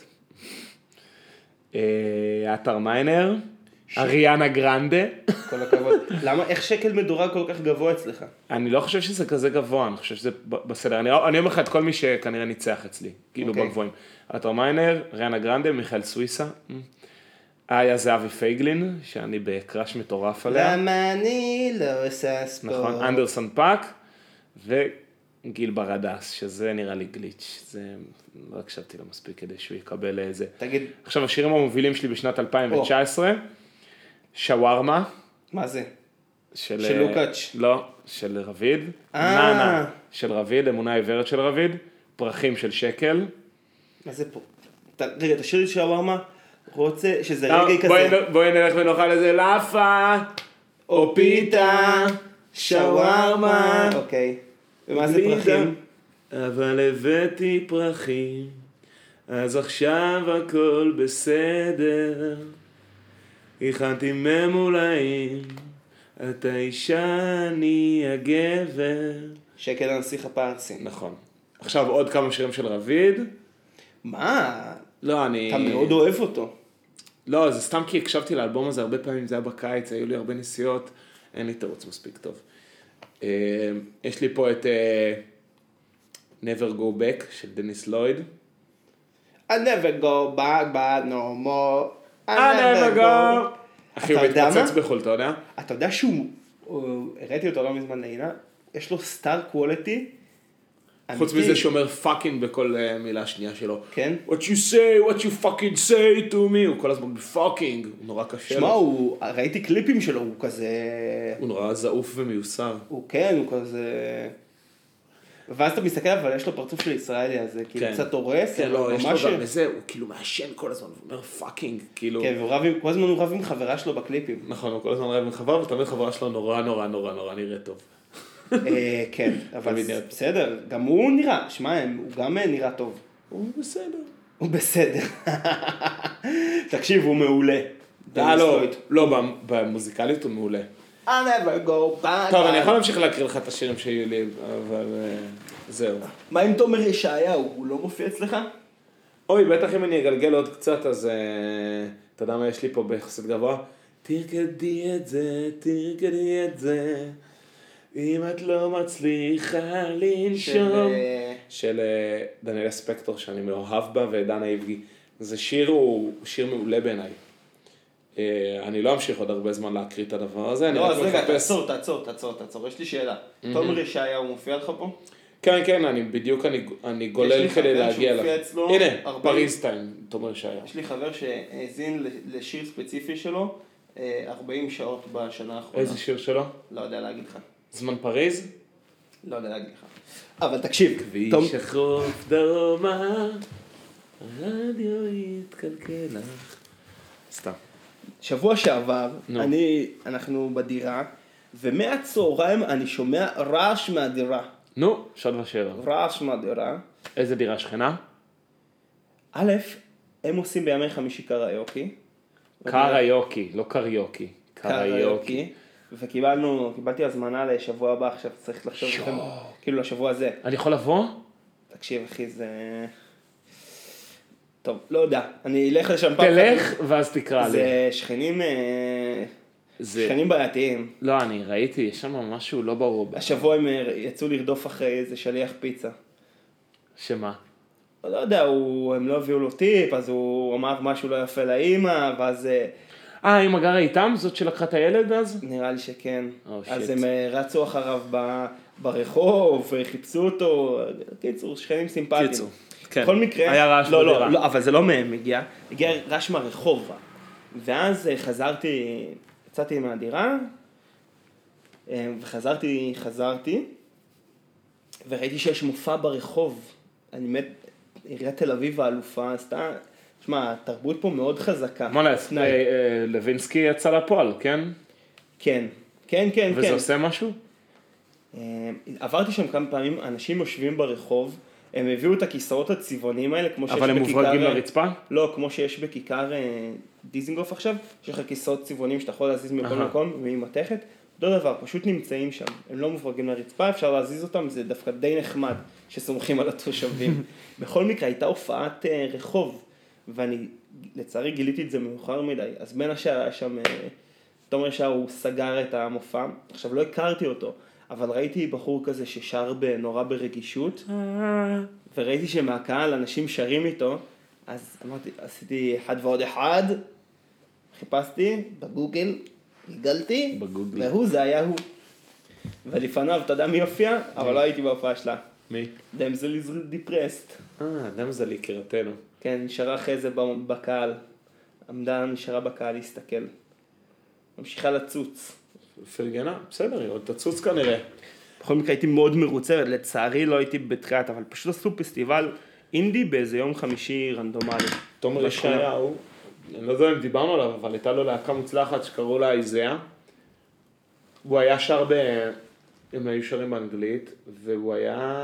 אתר מיינר, אריאנה גרנדה. כל הכבוד. למה, איך שקל מדורג כל כך גבוה אצלך? אני לא חושב שזה כזה גבוה, אני חושב שזה בסדר. אני אומר לך את כל מי שכנראה ניצח אצלי, כאילו בגבוהים. אתר מיינר, אריאנה גרנדה, מיכאל סוויסה. היה זהבי פייגלין, שאני בקראש מטורף עליה. למה אני לא עושה ספורט? נכון, אנדרסון פאק, וגיל ברדס, שזה נראה לי גליץ', זה לא הקשבתי לו מספיק כדי שהוא יקבל איזה. תגיד. עכשיו, השירים המובילים שלי בשנת 2019, שווארמה. מה זה? של לוקאץ'. לא, של רביד. נאנה של רביד, אמונה עיוורת של רביד, פרחים של שקל. מה זה פה? רגע, תשאיר לי שווארמה, רוצה שזה רגעי כזה. בואי נלך ונאכל איזה לאפה, או פיתה, שווארמה. אוקיי. ומה זה פרחים? אבל הבאתי פרחים, אז עכשיו הכל בסדר. הכנתי ממולאים, אתה אישה, אני הגבר. שקל הנסיך הפרסי. נכון. עכשיו עוד כמה שירים של רביד. מה? לא, אני... אתה מאוד אוהב אותו. לא, זה סתם כי הקשבתי לאלבום הזה הרבה פעמים, זה היה בקיץ, היו לי הרבה נסיעות, אין לי תירוץ מספיק טוב. יש לי פה את Never Go Back של דניס לויד. I never go back, but no more. I never go. אחי, הוא מתפוצץ בחול, אתה יודע? אתה יודע שהוא, הראיתי אותו לא מזמן לעינה, יש לו סטאר קוולטי. חוץ מזה שאומר פאקינג בכל מילה שנייה שלו. כן? What you say, what you fucking say to me, הוא כל הזמן בפאקינג, הוא נורא קשה שמע, לו. ראיתי קליפים שלו, הוא כזה... הוא נורא זעוף ומיוסר. הוא כן, הוא כזה... ואז אתה מסתכל, אבל יש לו פרצוף של ישראלי, אז זה כאילו קצת הורס. כן, לא, יש לו גם איזה, הוא כאילו מעשן כל הזמן, הוא אומר פאקינג, כאילו... כן, וכל הזמן הוא רב עם חברה שלו בקליפים. נכון, הוא כל הזמן רב עם חברה, ותמיד חברה שלו נורא נורא נורא נורא נראה טוב. כן, אבל בסדר, גם הוא נראה, שמע, הוא גם נראה טוב. הוא בסדר. הוא בסדר. תקשיב, הוא מעולה. לא, במוזיקלית הוא מעולה. I never go back. טוב, אני יכול להמשיך להקריא לך את השירים שהיו לי, אבל זהו. מה עם תומר ישעיהו? הוא לא מופיע אצלך? אוי, בטח אם אני אגלגל עוד קצת, אז אתה יודע מה יש לי פה ביחסית גבוה? תרקדי את זה, תרקדי את זה. אם את לא מצליחה לנשום. של דניאל ספקטור שאני מאוהב בה ודנה איבגי. זה שיר, הוא שיר מעולה בעיניי. אני לא אמשיך עוד הרבה זמן להקריא את הדבר הזה. לא, אז רגע, תעצור, יש לי שאלה. תומר ישעיהו מופיע לך פה? כן, כן, אני גולל כדי להגיע אליו. הנה, פריז טיים, תומר ישעיהו. יש לי חבר שהאזין לשיר ספציפי שלו 40 שעות בשנה האחרונה. איזה שיר שלו? לא יודע להגיד לך. זמן פריז? לא יודע להגיד לך. אבל תקשיב. כביש החוף דרומה, הרדיו יתקלקל לך. סתם. שבוע שעבר, אנחנו בדירה, ומהצהריים אני שומע רעש מהדירה. נו, שוד ושבר. רעש מהדירה. איזה דירה שכנה? א', הם עושים בימי חמישי קריוקי. קריוקי, לא קריוקי. קריוקי. וקיבלתי הזמנה לשבוע הבא, עכשיו צריך לחשוב לכם, כאילו לשבוע הזה. אני יכול לבוא? תקשיב אחי, זה... טוב, לא יודע, אני אלך לשם פעם. תלך ואז תקרא לי. זה שכנים בעייתיים. לא, אני ראיתי, יש שם משהו לא ברור. השבוע הם יצאו לרדוף אחרי איזה שליח פיצה. שמה? לא יודע, הם לא הביאו לו טיפ, אז הוא אמר משהו לא יפה לאמא, ואז... אמא גרה איתם? זאת שלקחה את הילד אז? נראה לי שכן. אז הם רצו אחריו ברחוב, חיפשו אותו, קיצור, שכנים סימפטיים. קיצור, כן. בכל מקרה... היה רעש בדירה. לא, אבל זה לא מהם הגיע רעש מהרחוב. ואז יצאתי מהדירה, וחזרתי, וראיתי שיש מופע ברחוב. אני מת, עיריית תל אביב האלופה, עשתה... תשמע, התרבות פה מאוד חזקה. מה לעשות? לוינסקי יצא לפועל, כן? כן. וזה עושה משהו? עברתי שם כמה פעמים, אנשים יושבים ברחוב, הם הביאו את הכיסאות הצבעוניים האלה, כמו שיש בכיכר... אבל הם מוברגים לרצפה? לא, כמו שיש בכיכר דיזינגוף עכשיו, יש לך כיסאות צבעוניים שאתה יכול להזיז מכל מקום, ממתכת, אותו דבר, פשוט נמצאים שם, הם לא מוברגים לרצפה, אפשר להזיז אותם, זה דווקא די נחמד, שסומכים על התושבים. בכל מקרה, הייתה הופעת רחוב, ואני לצערי גיליתי את זה מאוחר מדי, אז בין השאר היה שם, תומר ישעיהו סגר את המופע, עכשיו לא הכרתי אותו, אבל ראיתי בחור כזה ששר נורא ברגישות, וראיתי שמהקהל אנשים שרים איתו, אז אמרתי, עשיתי 1 ועוד 1, חיפשתי בגוגל, הגלתי, בגוגל. והוא זה היה הוא. ולפניו, אתה יודע מי הופיע? אבל לא הייתי בהופעה שלה. מי? דמזל is depressed. דמזל יקירתנו. כן, נשארה אחרי זה בקהל. עמדה נשארה בקהל להסתכל. ממשיכה לצוץ. פרגנה, בסדר, היא עוד תצוץ כנראה. בכל מקרה הייתי מאוד מרוצה, לצערי לא הייתי בתחילת, אבל פשוט עשו פסטיבל אינדי באיזה יום חמישי רנדומלי. תומר ישעיהו, אני לא יודע אם דיברנו עליו, אבל הייתה לו להקה מוצלחת שקראו לה איזאה. הוא היה שר הם היו שרים באנגלית, והוא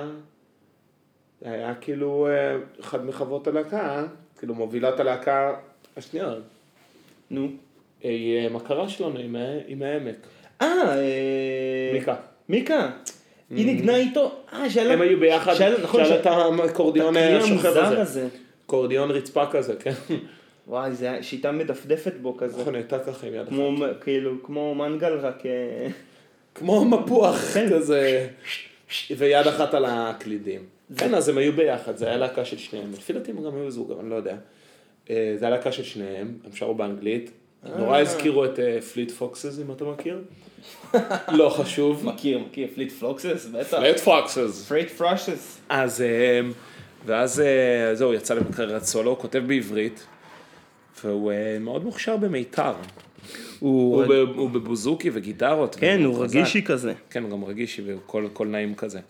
היה כאילו אחד מחברות הלהקה, כאילו מובילת הלהקה השנייה. נו. היא מכרה שלנו עם העמק. מיקה. מיקה. היא נגנה איתו. הם היו ביחד, שאלה את הקורדיון השוכב הזה. קורדיון רצפה כזה, כן. וואי, זה שיטה מדפדפת בו כזה. נכון, הייתה ככה עם יד אחת. כאילו, כמו מנגל רק... כמו מפוח כזה, ויד אחת על הקלידים. כן, אז הם היו ביחד, זה היה להקה של שניהם. לפי דעתי הם גם היו זוג, אני לא יודע. זה היה להקה של שניהם, הם שרו באנגלית. נורא הזכירו את פליט פוקסס, אם אתה מכיר. לא חשוב. מכיר, פליט פוקסס, בטח. פליט פוקסס. פליט פוקסס. ואז זהו, יצא למקריירת סולו, הוא כותב בעברית, והוא מאוד מוכשר במיתר. הוא בבוזוקי וגיטרות. כן, הוא רגישי כזה. כן, הוא גם רגישי וכל נעים כזה.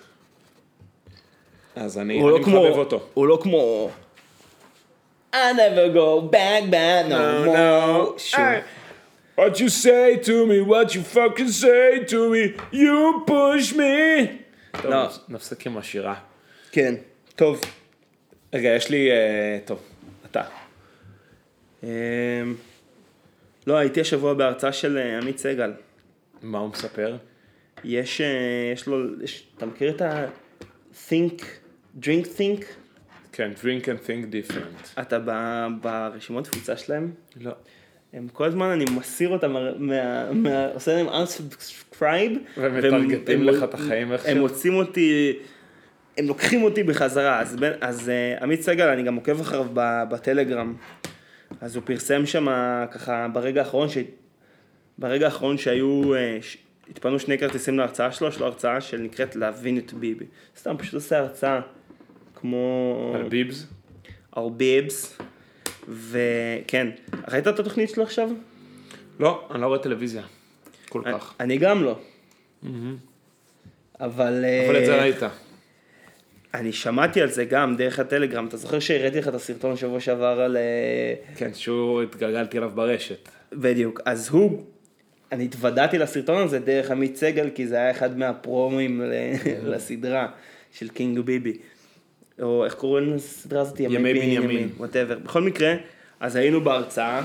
אז אני מחבב אותו. הוא לא כמו... I never go back, no more. Sure. What you say to me, what you fucking say to me, you push me. טוב, נפסק עם השירה. כן, טוב. רגע, יש לי... טוב, אתה. לא, הייתי השבוע בהרצאה של עמית סגל. מה הוא מספר? יש לו, אתה מכיר את ה-think, drink think? כן, drink and think different. אתה ברשימות תפוצה שלהם? לא. הם כל הזמן, אני מסיר אותם, עושה להם unsubscribe. ומטרגטים לך את החיים איכשהו. הם מוצאים אותי, הם לוקחים אותי בחזרה. אז עמית סגל, אני גם עוקב אחריו בטלגרם. אז הוא פרסם שם ככה ברגע האחרון שהיו, התפנו 2 כרטיסים להרצאה שלו, יש לו הרצאה שנקראת להבין את ביבי. סתם פשוט עושה הרצאה כמו... על ביבס? על ביבס. וכן, ראית את התוכנית שלו עכשיו? לא, אני לא רואה טלוויזיה. כל כך. אני גם לא. אבל את זה ראית. אני שמעתי על זה גם דרך הטלגרם. אתה זוכר שהראיתי לך את הסרטון שבוע שעבר על... כן, שהוא התגלגלתי עליו ברשת. בדיוק. אז אני התוודעתי לסרטון הזה דרך עמית סגל, כי זה היה אחד מהפרומים לסדרה של קינג ביבי. או איך קוראים לסדרה הזאת? ימי בנימין. whatever. בכל מקרה, אז היינו בהרצאה.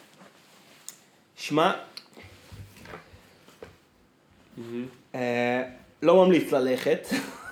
שמע, לא ממליץ ללכת.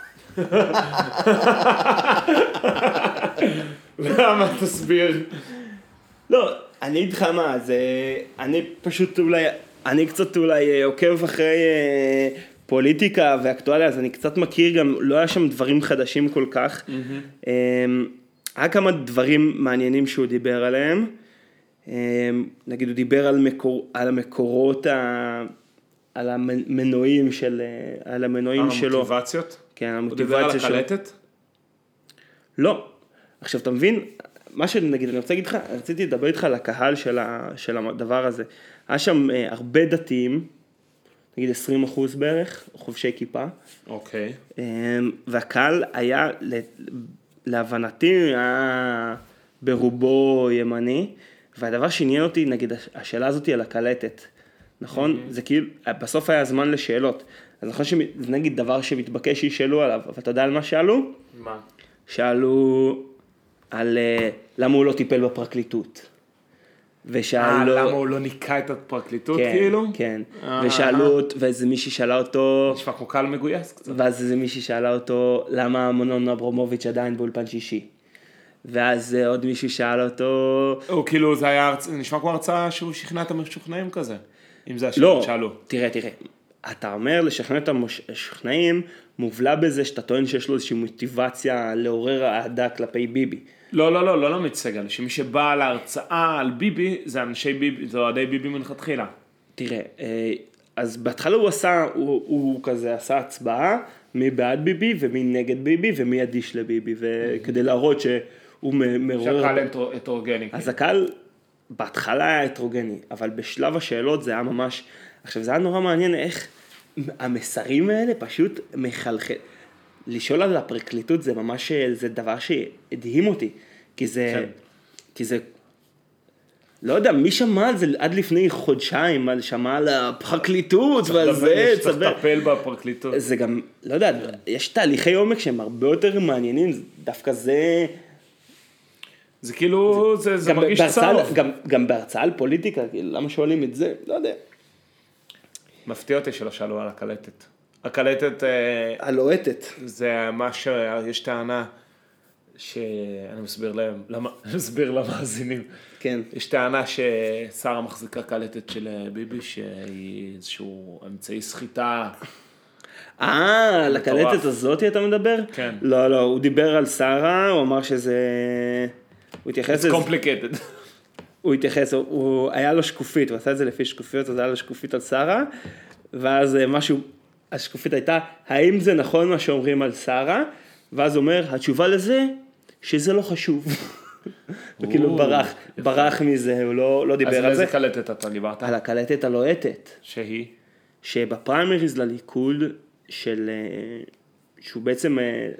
למה? תסביר. לא, אני איתך מה, אני פשוט אני קצת עוקב אחרי פוליטיקה ואקטואליה, אז אני קצת מכיר גם, לא היה שם דברים חדשים כל כך. היה כמה דברים מעניינים שהוא דיבר עליהם. נגיד, הוא דיבר על המקורות, על המנועים שלו. על המוטיבציות? כן, על המוטיבציה שלו. הוא דיבר על הקלטת? לא. עכשיו, אתה מבין, מה שנגיד, אני רוצה להגיד לך, רציתי לדבר איתך על הקהל של הדבר הזה. היה שם הרבה דתיים, נגיד 20% בערך, חובשי כיפה. אוקיי. והקהל היה, להבנתי, היה ברובו ימני, והדבר שעניין אותי, נגיד, השאלה הזאת היא על הקלטת, נכון? זה כאילו, בסוף היה זמן לשאלות. אז נכון שנגיד דבר שמתבקש שישאלו עליו, אבל אתה יודע על מה שאלו? מה? שאלו על למה הוא לא טיפל בפרקליטות. למה הוא לא ניקה את הפרקליטות כאילו? כן, ושאלו, ואיזה מישהי שאלה אותו... נשמע כמו קהל מגויס קצת. ואז איזה מישהי שאלה אותו, למה אמנון אברמוביץ' עדיין באולפן שישי? ואז עוד מישהו שאל אותו... או כאילו זה היה, נשמע כמו הרצאה שהוא שכנע את המשוכנעים כזה. אם זה השאלות שאלו. תראה. אתה אומר לשכנע את המשוכנעים, מובלע בזה שאתה טוען שיש לו איזושהי מוטיבציה לעורר אהדה כלפי ביבי. לא עמית סגל, שמי שבא להרצאה על ביבי, זה אנשי ביבי, זה אוהדי ביבי מלכתחילה. תראה, אז בהתחלה הוא כזה עשה הצבעה, מי בעד ביבי ומי נגד ביבי ומי אדיש לביבי, וכדי להראות שהוא מעורר... שהקהל הטרוגני. אז הקהל בהתחלה היה הטרוגני, אבל בשלב השאלות זה היה ממש... עכשיו זה היה נורא מעניין איך המסרים האלה פשוט מחלחל. לשאול על הפרקליטות זה ממש, זה דבר שהדהים אותי, כי זה... לא יודע, מי שמע על זה עד לפני חודשיים, שמע על הפרקליטות ועל זה, צריך לטפל בפרקליטות. זה גם, לא יודע, יש תהליכי עומק שהם הרבה יותר מעניינים, דווקא זה... זה כאילו, זה מרגיש צהוב. גם בהרצאה על פוליטיקה, למה שואלים את זה? לא יודע. מפתיע אותי שלא שאלו על הקלטת. הקלטת... הלוהטת. זה מה שיש טענה שאני מסביר למאזינים. כן. יש טענה ששרה מחזיקה קלטת של ביבי, שהיא איזשהו אמצעי סחיטה. על הקלטת הזאת אתה מדבר? כן. לא, הוא דיבר על שרה, הוא אמר שזה... הוא התייחס... It's complicated. הוא התייחס, הוא היה לו שקופית, הוא עשה את זה לפי שקופיות, אז היה לו שקופית על שרה, ואז משהו, השקופית הייתה, האם זה נכון מה שאומרים על שרה? ואז הוא אומר, התשובה לזה, שזה לא חשוב. וכאילו ברח מזה, הוא לא דיבר על זה. אז איזה קלטת אתה דיברת? על הקלטת הלוהטת. שהיא? שבפריימריז לליכוד, שהוא בעצם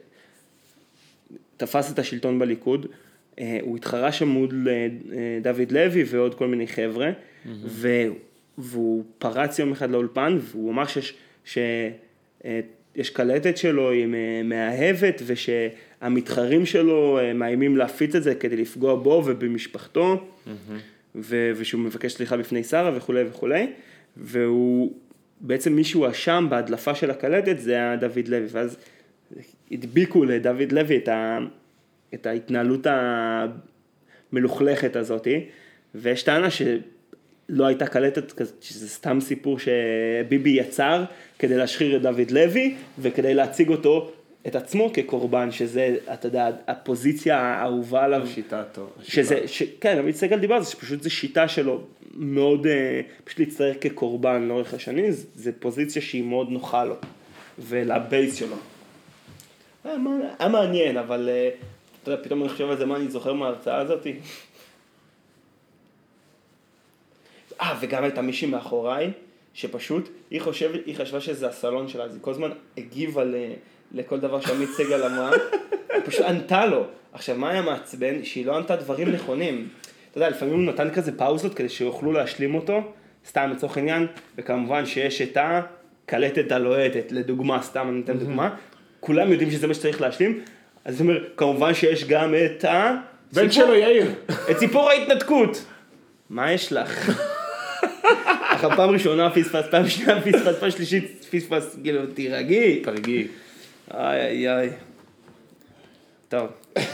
תפס את השלטון בליכוד, הוא התחרה שם מול דוד לוי ועוד כל מיני חבר'ה, והוא פרץ יום אחד לאולפן, והוא אמר שיש קלטת שלו עם מאהבת, ושהמתחרים שלו מאיימים להפיץ את זה כדי לפגוע בו ובמשפחתו, ושהוא מבקש סליחה בפני שרה וכו' וכו', והוא בעצם מישהו אשם בהדלפה של הקלטת, זה היה דוד לוי, ואז הדביקו לדוד לוי את ההתנהלות המלוכלכת הזאת, ויש טענה שלא הייתה קלטת, שזה סתם סיפור שביבי יצר כדי להשחיר את דוד לוי, וכדי להציג אותו, את עצמו כקורבן, שזה, אתה יודע, הפוזיציה האהובה עליו. שיטה טוב. כן, עמית סגל דיבר על זה, שפשוט זו שיטה שלו מאוד, פשוט להצטרך כקורבן לאורך השנים, זה פוזיציה שהיא מאוד נוחה לו, ולבייס שלו. היה מעניין, אבל אתה יודע, פתאום אני חושב על זה, מה אני זוכר מההרצאה הזאת? וגם הייתה מישהי מאחוריי, שפשוט, היא חשבה שזה הסלון שלה, אז היא כל הזמן הגיבה לכל דבר שעמית סגל אמרה, פשוט ענתה לו. עכשיו, מה היה מעצבן? שהיא לא ענתה דברים נכונים. אתה יודע, לפעמים הוא נתן כזה פאוזות כדי שיוכלו להשלים אותו, סתם לצורך עניין, וכמובן שיש את הקלטת הלוהטת, לדוגמה, סתם אני אתן דוגמה, כולם יודעים שזה מה שצריך להשלים, אז זאת אומרת, כמובן שיש גם את בן שלו יאיר. את סיפור ההתנתקות. מה יש לך? אחר פעם ראשונה פספס, פעם שנייה פספס, פעם שלישית פספס, כאילו, תירגעי. תרגיעי. איי. טוב.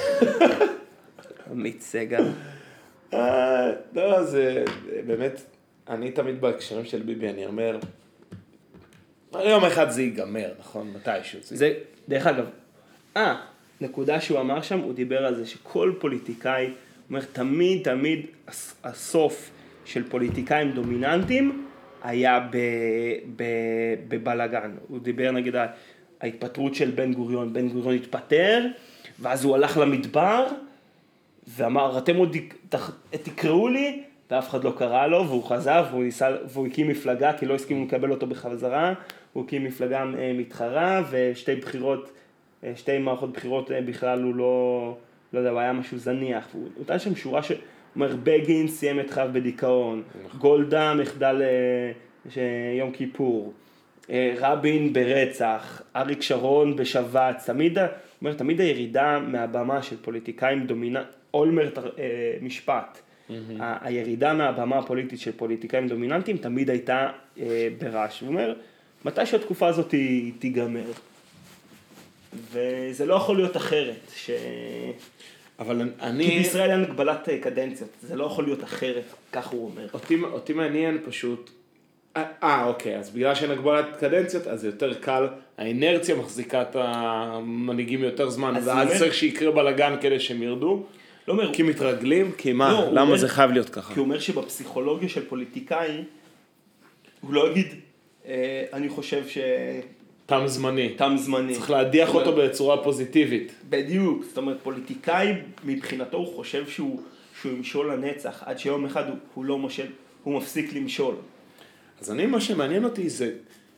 עמית סגל. לא, זה באמת, אני תמיד בהקשרים של ביבי, אני אומר, יום אחד זה ייגמר, נכון? מתישהו. זה, דרך אגב, נקודה שהוא אמר שם, הוא דיבר על זה שכל פוליטיקאי, הוא אומר, תמיד הסוף של פוליטיקאים דומיננטיים היה בבלגן. הוא דיבר נגיד על ההתפטרות של בן גוריון. בן גוריון התפטר, ואז הוא הלך למדבר, ואמר, אתם עוד תקראו לי, ואף אחד לא קרא לו, והוא חזר, והוא הקים מפלגה, כי לא הסכימו לקבל אותו בחזרה, הוא הקים מפלגה מתחרה, שתי מערכות בחירות בכלל הוא לא יודע, היה משהו זניח, הוא נתן שם שורה אומר, בגין סיים את חייו בדיכאון, גולדה מחדל יום כיפור, רבין ברצח, אריק שרון בשבץ, תמיד הירידה מהבמה של פוליטיקאים דומיננטיים, אולמרט משפט, הירידה מהבמה הפוליטית של פוליטיקאים דומיננטיים תמיד הייתה ברעש. הוא אומר, מתי שהתקופה הזאת תיגמר? וזה לא יכול להיות אחרת, אבל אני... כי בישראל אין הגבלת קדנציות, זה לא יכול להיות אחרת, כך הוא אומר. אותי מעניין פשוט, אוקיי, אז בגלל שאין הגבלת קדנציות, אז זה יותר קל, האינרציה מחזיקה את המנהיגים יותר זמן, ואז צריך שיקרה בלגן כדי שהם ירדו. לא אומר... כי מתרגלים? כי מה? לא, למה זה חייב להיות ככה? כי הוא אומר שבפסיכולוגיה של פוליטיקאי, הוא לא יגיד, אני חושב ש... תם זמני. תם זמני. צריך להדיח אותו בצורה פוזיטיבית. בדיוק, זאת אומרת, פוליטיקאי מבחינתו הוא חושב שהוא ימשול לנצח, עד שיום אחד הוא לא מושל, הוא מפסיק למשול. אז מה שמעניין אותי זה,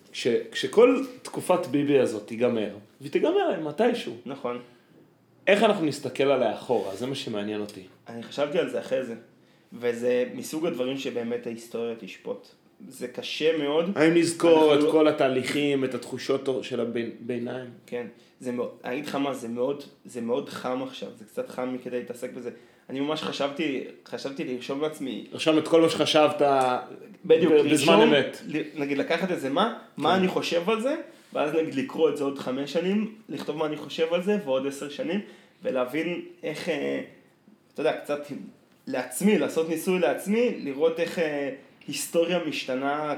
כשכל תקופת ביבי הזאת תיגמר, והיא תיגמר מתישהו. נכון. איך אנחנו נסתכל עליה אחורה? זה מה שמעניין אותי. אני חשבתי על זה אחרי זה, וזה מסוג הדברים שבאמת ההיסטוריה תשפוט. זה קשה מאוד. האם נזכור את כל התהליכים, את התחושות של הביניים? כן, אני אגיד לך מה, זה מאוד חם עכשיו, זה קצת חם מכדי להתעסק בזה. אני ממש חשבתי לרשום לעצמי... לרשום את כל מה שחשבת בדיוק, בזמן אמת. נגיד לקחת איזה מה אני חושב על זה, ואז נגיד לקרוא את זה עוד 5 שנים, לכתוב מה אני חושב על זה, ועוד 10 שנים, ולהבין איך, אתה יודע, קצת לעצמי, לעשות ניסוי לעצמי, לראות איך היסטוריה משתנה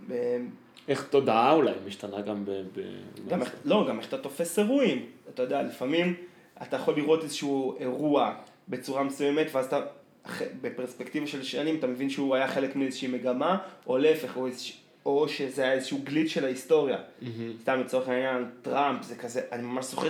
איך תודעה אולי משתנה גם לא, גם איך אתה תופס אירועים. אתה יודע, לפעמים אתה יכול לראות איזשהו אירוע בצורה מסוימת, ואז אתה, בפרספקטיבה של שנים, אתה מבין שהוא היה חלק מאיזושהי מגמה, או להפך, או שזה היה איזשהו גליץ' של ההיסטוריה. סתם לצורך העניין, טראמפ, זה כזה, אני ממש זוכר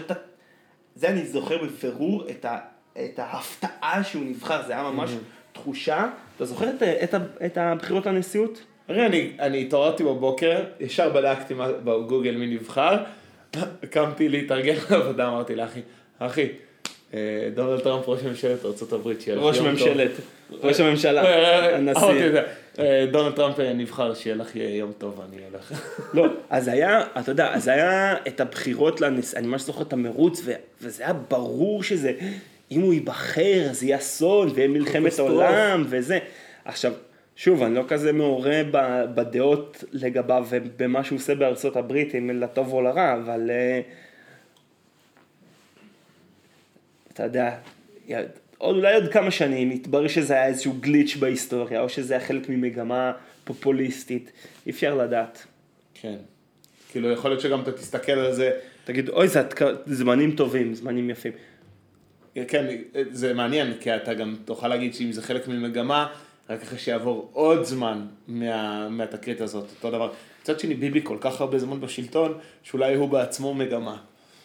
אני זוכר בפירור את ההפתעה שהוא נבחר, זה היה ממש תחושה. אתה זוכר את הבחירות לנשיאות? הרי אני התעוררתי בבוקר, ישר בדקתי בגוגל מי נבחר, קמתי להתארגן לעבודה, אמרתי לאחי, דונלד טראמפ ראש ממשלת ארצות הברית, שיהיה לך יום טוב. ראש הממשלה, הנשיא. דונלד טראמפ נבחר, שיהיה לך יום טוב, אני אלך. לא, אז היה, אתה יודע, אז היה את הבחירות אני ממש זוכר את המרוץ, וזה היה ברור שזה, אם הוא ייבחר, אז יהיה אסון, ויהיה מלחמת עולם, וזה. עכשיו, שוב, אני לא כזה מעורה בדעות לגביו, ובמה שהוא עושה בארצות הברית, אם לטוב או לרע, אבל... אתה יודע, אולי עוד כמה שנים יתברר שזה היה איזשהו גליץ' בהיסטוריה, או שזה היה חלק ממגמה פופוליסטית, אי אפשר לדעת. כן, כאילו יכול להיות שגם אתה תסתכל על זה, תגיד, אוי, זה זמנים טובים, זמנים יפים. כן, זה מעניין, כי אתה גם תוכל להגיד שאם זה חלק ממגמה, רק אחרי שיעבור עוד זמן מהתקרית הזאת, אותו דבר. קצת שני ביבי כל כך הרבה זמן בשלטון, שאולי הוא בעצמו מגמה.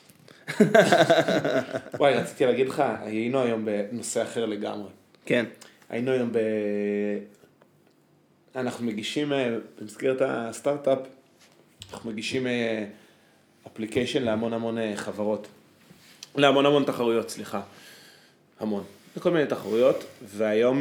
וואי, רציתי להגיד לך, היינו היום בנושא אחר לגמרי. כן. היינו היום אנחנו מגישים, במסגרת הסטארט-אפ, אנחנו מגישים אפליקיישן להמון חברות. להמון תחרויות, סליחה. המון. לכל מיני תחרויות, והיום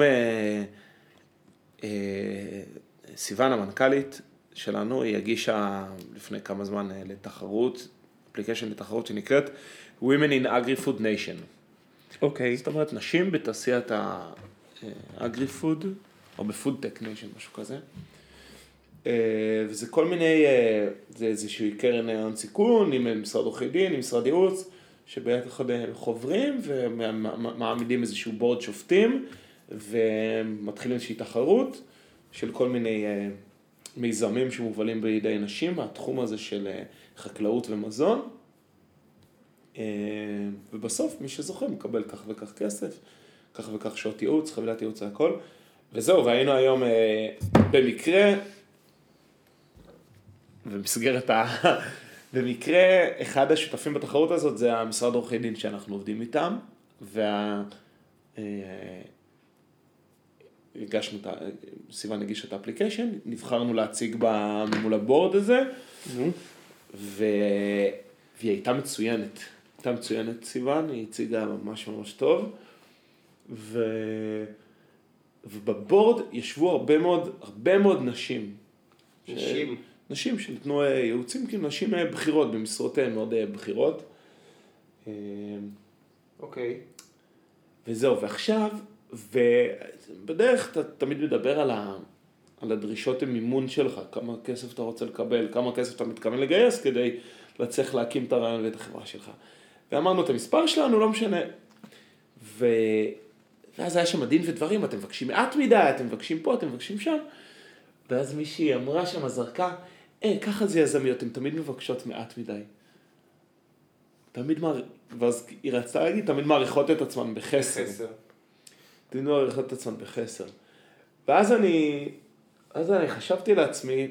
סיוון המנכ"לית שלנו, היא הגישה לפני כמה זמן לתחרות, אפליקיישן לתחרות שנקראת Women in Agri-Food Nation. אוקיי. זאת אומרת, נשים בתעשיית ה-Agri-Food, או ב-Food Tech Nation, משהו כזה. וזה כל מיני, זה איזושהי קרן הון סיכון, עם משרד עורכי דין, עם משרד ייעוץ, שביחד חוברים ומעמידים איזשהו בורד שופטים, ומתחילים איזושהי תחרות של כל מיני מיזמים שמובלים בידי נשים, מהתחום הזה של חקלאות ומזון, ובסוף מי שזוכה מקבל כך וכך כסף, כך וכך שעות ייעוץ, חבילת ייעוץ והכל, וזהו, והיינו היום במקרה, במקרה אחד השותפים בתחרות הזאת זה המשרד עורכי דין שאנחנו עובדים איתם, סיוון הגיש את האפליקיישן, נבחרנו להציג מול הבורד הזה, והיא הייתה מצוינת. הייתה מצוינת סיוון, היא הציגה ממש טוב, ובבורד ישבו הרבה מאוד נשים. נשים שנתנו ייעוצים, כאילו נשים בחירות, במשרות מאוד בחירות. אוקיי. וזהו, ועכשיו, ובדרך אתה תמיד מדבר על הדרישות המימון שלך, כמה כסף אתה רוצה לקבל, כמה כסף אתה מתכוון לגייס כדי להצליח להקים את הרעיון ואת החברה שלך. ואמרנו את המספר שלנו, לא משנה. ואז היה שם דין ודברים, אתם מבקשים מעט מדי, אתם מבקשים פה, אתם מבקשים שם. ואז מישהי אמרה שם, הזרקה, ככה זה יזמיות, אתם תמיד מבקשות מעט מדי. ואז היא רצתה להגיד, תמיד מעריכות את עצמן בחסר. תמנעו עריכת עצמן בחסר. ואז אני חשבתי לעצמי,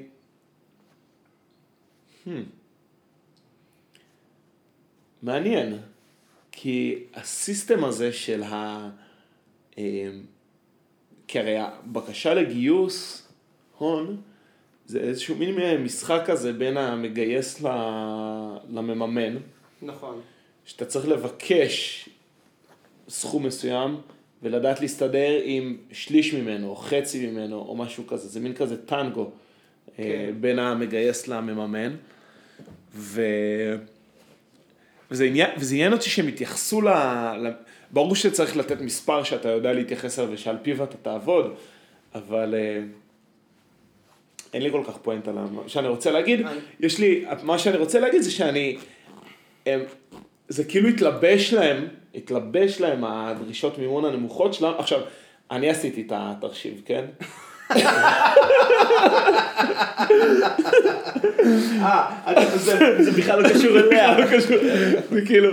מעניין, כי הסיסטם הזה של כי הרי הבקשה לגיוס הון, זה איזשהו מין משחק כזה בין המגייס למממן. נכון. שאתה צריך לבקש סכום מסוים, ולדעת להסתדר עם שליש ממנו, או חצי ממנו, או משהו כזה. זה מין כזה טנגו, בין המגייס למממן. וזה עניין אותי שהם התייחסו ברור שצריך לתת מספר שאתה יודע להתייחס אליו, ושעל פיו אתה תעבוד, אבל אין לי כל כך פואנט על מה שאני רוצה להגיד. מה שאני רוצה להגיד זה זה כאילו התלבש להם הדרישות מימון הנמוכות שלנו. עכשיו, אני עשיתי את התרשיב, כן? זה בכלל לא קשור אליה. זה כאילו...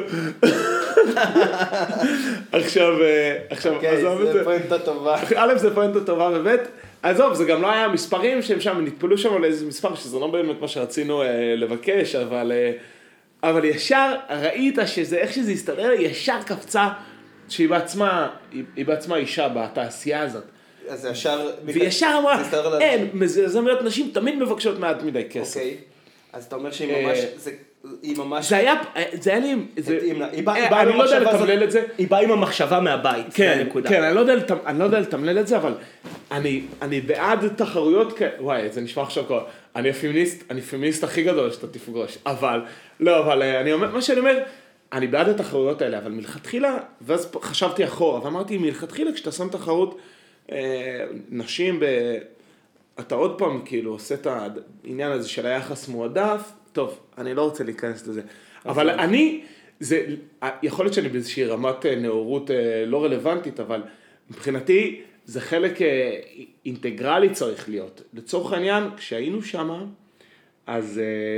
עכשיו, עזוב את זה. זה פואנטה טובה. א', זה פואנטה טובה, וב', עזוב, זה גם לא היה מספרים שהם שם, נטפלו שם על איזה מספר, שזה לא באמת מה שרצינו לבקש, אבל ישר ראית שזה, איך שזה הסתדר, ישר קפצה שהיא בעצמה אישה בתעשייה הזאת. אז ישר... וישר אמרה, אין, מזמרת נשים תמיד מבקשות מעט מדי כסף. אוקיי, אז אתה אומר שהיא ממש... היא ממש... זה היה לי... אני לא יודע לתמלל את זה. היא באה עם המחשבה מהבית. כן, אני לא יודע לתמלל את זה, אבל אני בעד תחרויות כאלה. וואי, זה נשמע עכשיו כבר. אני הפמיניסט הכי גדול שאתה תפגוש. אבל מה שאני אומר, אני בעד התחרויות האלה, אבל מלכתחילה, ואז חשבתי אחורה, ואמרתי, מלכתחילה, כשאתה שם תחרות נשים, אתה עוד פעם כאילו עושה את העניין הזה של היחס מועדף, טוב, אני לא רוצה להיכנס לזה, אבל יכול להיות שאני באיזושהי רמת נאורות לא רלוונטית, אבל מבחינתי זה חלק אינטגרלי צריך להיות. לצורך העניין, כשהיינו שמה, אז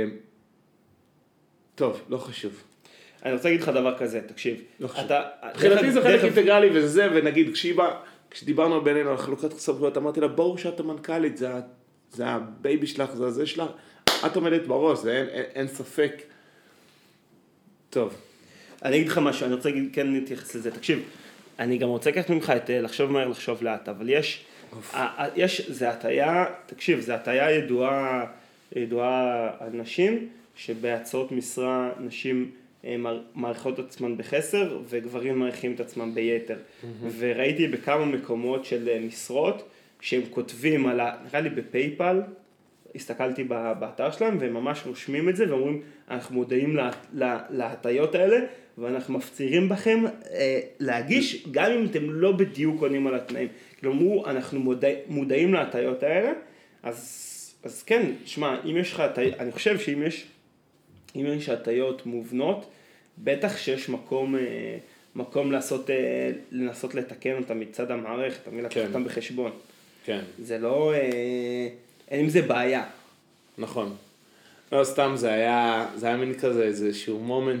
טוב, לא חשוב. אני רוצה להגיד לך דבר כזה, תקשיב. לא חשוב. מבחינתי זה חלק אינטגרלי וזה, ונגיד, כשדיברנו בינינו על חלוקת סמכויות, אמרתי לה, ברור שאת המנכ"לית, זה הבייבי שלך, זה הזה שלך, את עומדת בראש, אין ספק. טוב. אני אגיד לך משהו, אני רוצה כן להתייחס לזה, תקשיב, אני גם רוצה לקחת ממך את לחשוב מהר, לחשוב לאט, אבל זה הטעיה, תקשיב, זה הטעיה ידועה על נשים, שבהצעות משרה נשים מעריכות את עצמן בחסר, וגברים מעריכים את עצמם ביתר. וראיתי בכמה מקומות של משרות, שהם כותבים נראה לי בפייפל, הסתכלתי באתר שלהם, והם ממש רושמים את זה, ואומרים, אנחנו מודעים להטיות האלה, ואנחנו מפצירים בכם להגיש, גם אם אתם לא בדיוק עונים על התנאים. כלומר, אנחנו מודעים להטיות האלה, אז כן, שמע, אם יש לך, אני חושב שאם יש הטיות מובנות, בטח שיש מקום לנסות לתקן אותם מצד המערכת, לקחת אותם בחשבון. כן. זה לא, אין עם זה בעיה. נכון. לא, סתם זה היה מין כזה איזשהו מומנט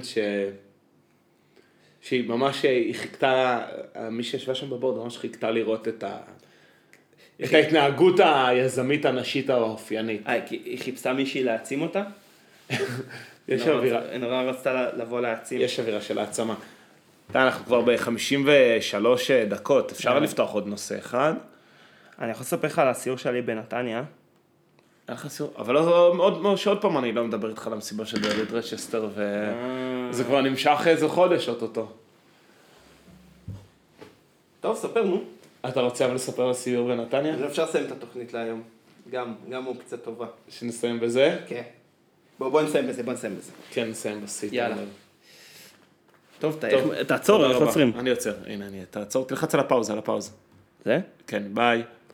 שהיא ממש, היא חיכתה, מי שישבה שם בבורד ממש חיכתה לראות את ההתנהגות היזמית הנשית האופיינית. היא חיפשה מישהי להעצים אותה? יש אווירה. נורא רצתה לבוא להעצים. יש אווירה של העצמה. אנחנו כבר ב-53 דקות, אפשר לפתוח עוד נושא אחד? אני יכול לספר לך על הסיור שלי בנתניה. אין לך סיור, אבל שעוד פעם אני לא מדבר איתך על המסיבה של דוד רצ'סטר, וזה כבר נמשך איזה חודש אותו. טוב, ספר נו. אתה רוצה אבל לספר על הסיור בנתניה? אז אפשר לסיים את התוכנית להיום. גם אופציה טובה. שנסיים בזה? כן. בוא נסיים בזה. כן, נסיים בסיט. יאללה. טוב, תעצור, איך עוצרים? אני עוצר, הנה, תעצור, תלחץ על הפאוזה, זה? כן, ביי.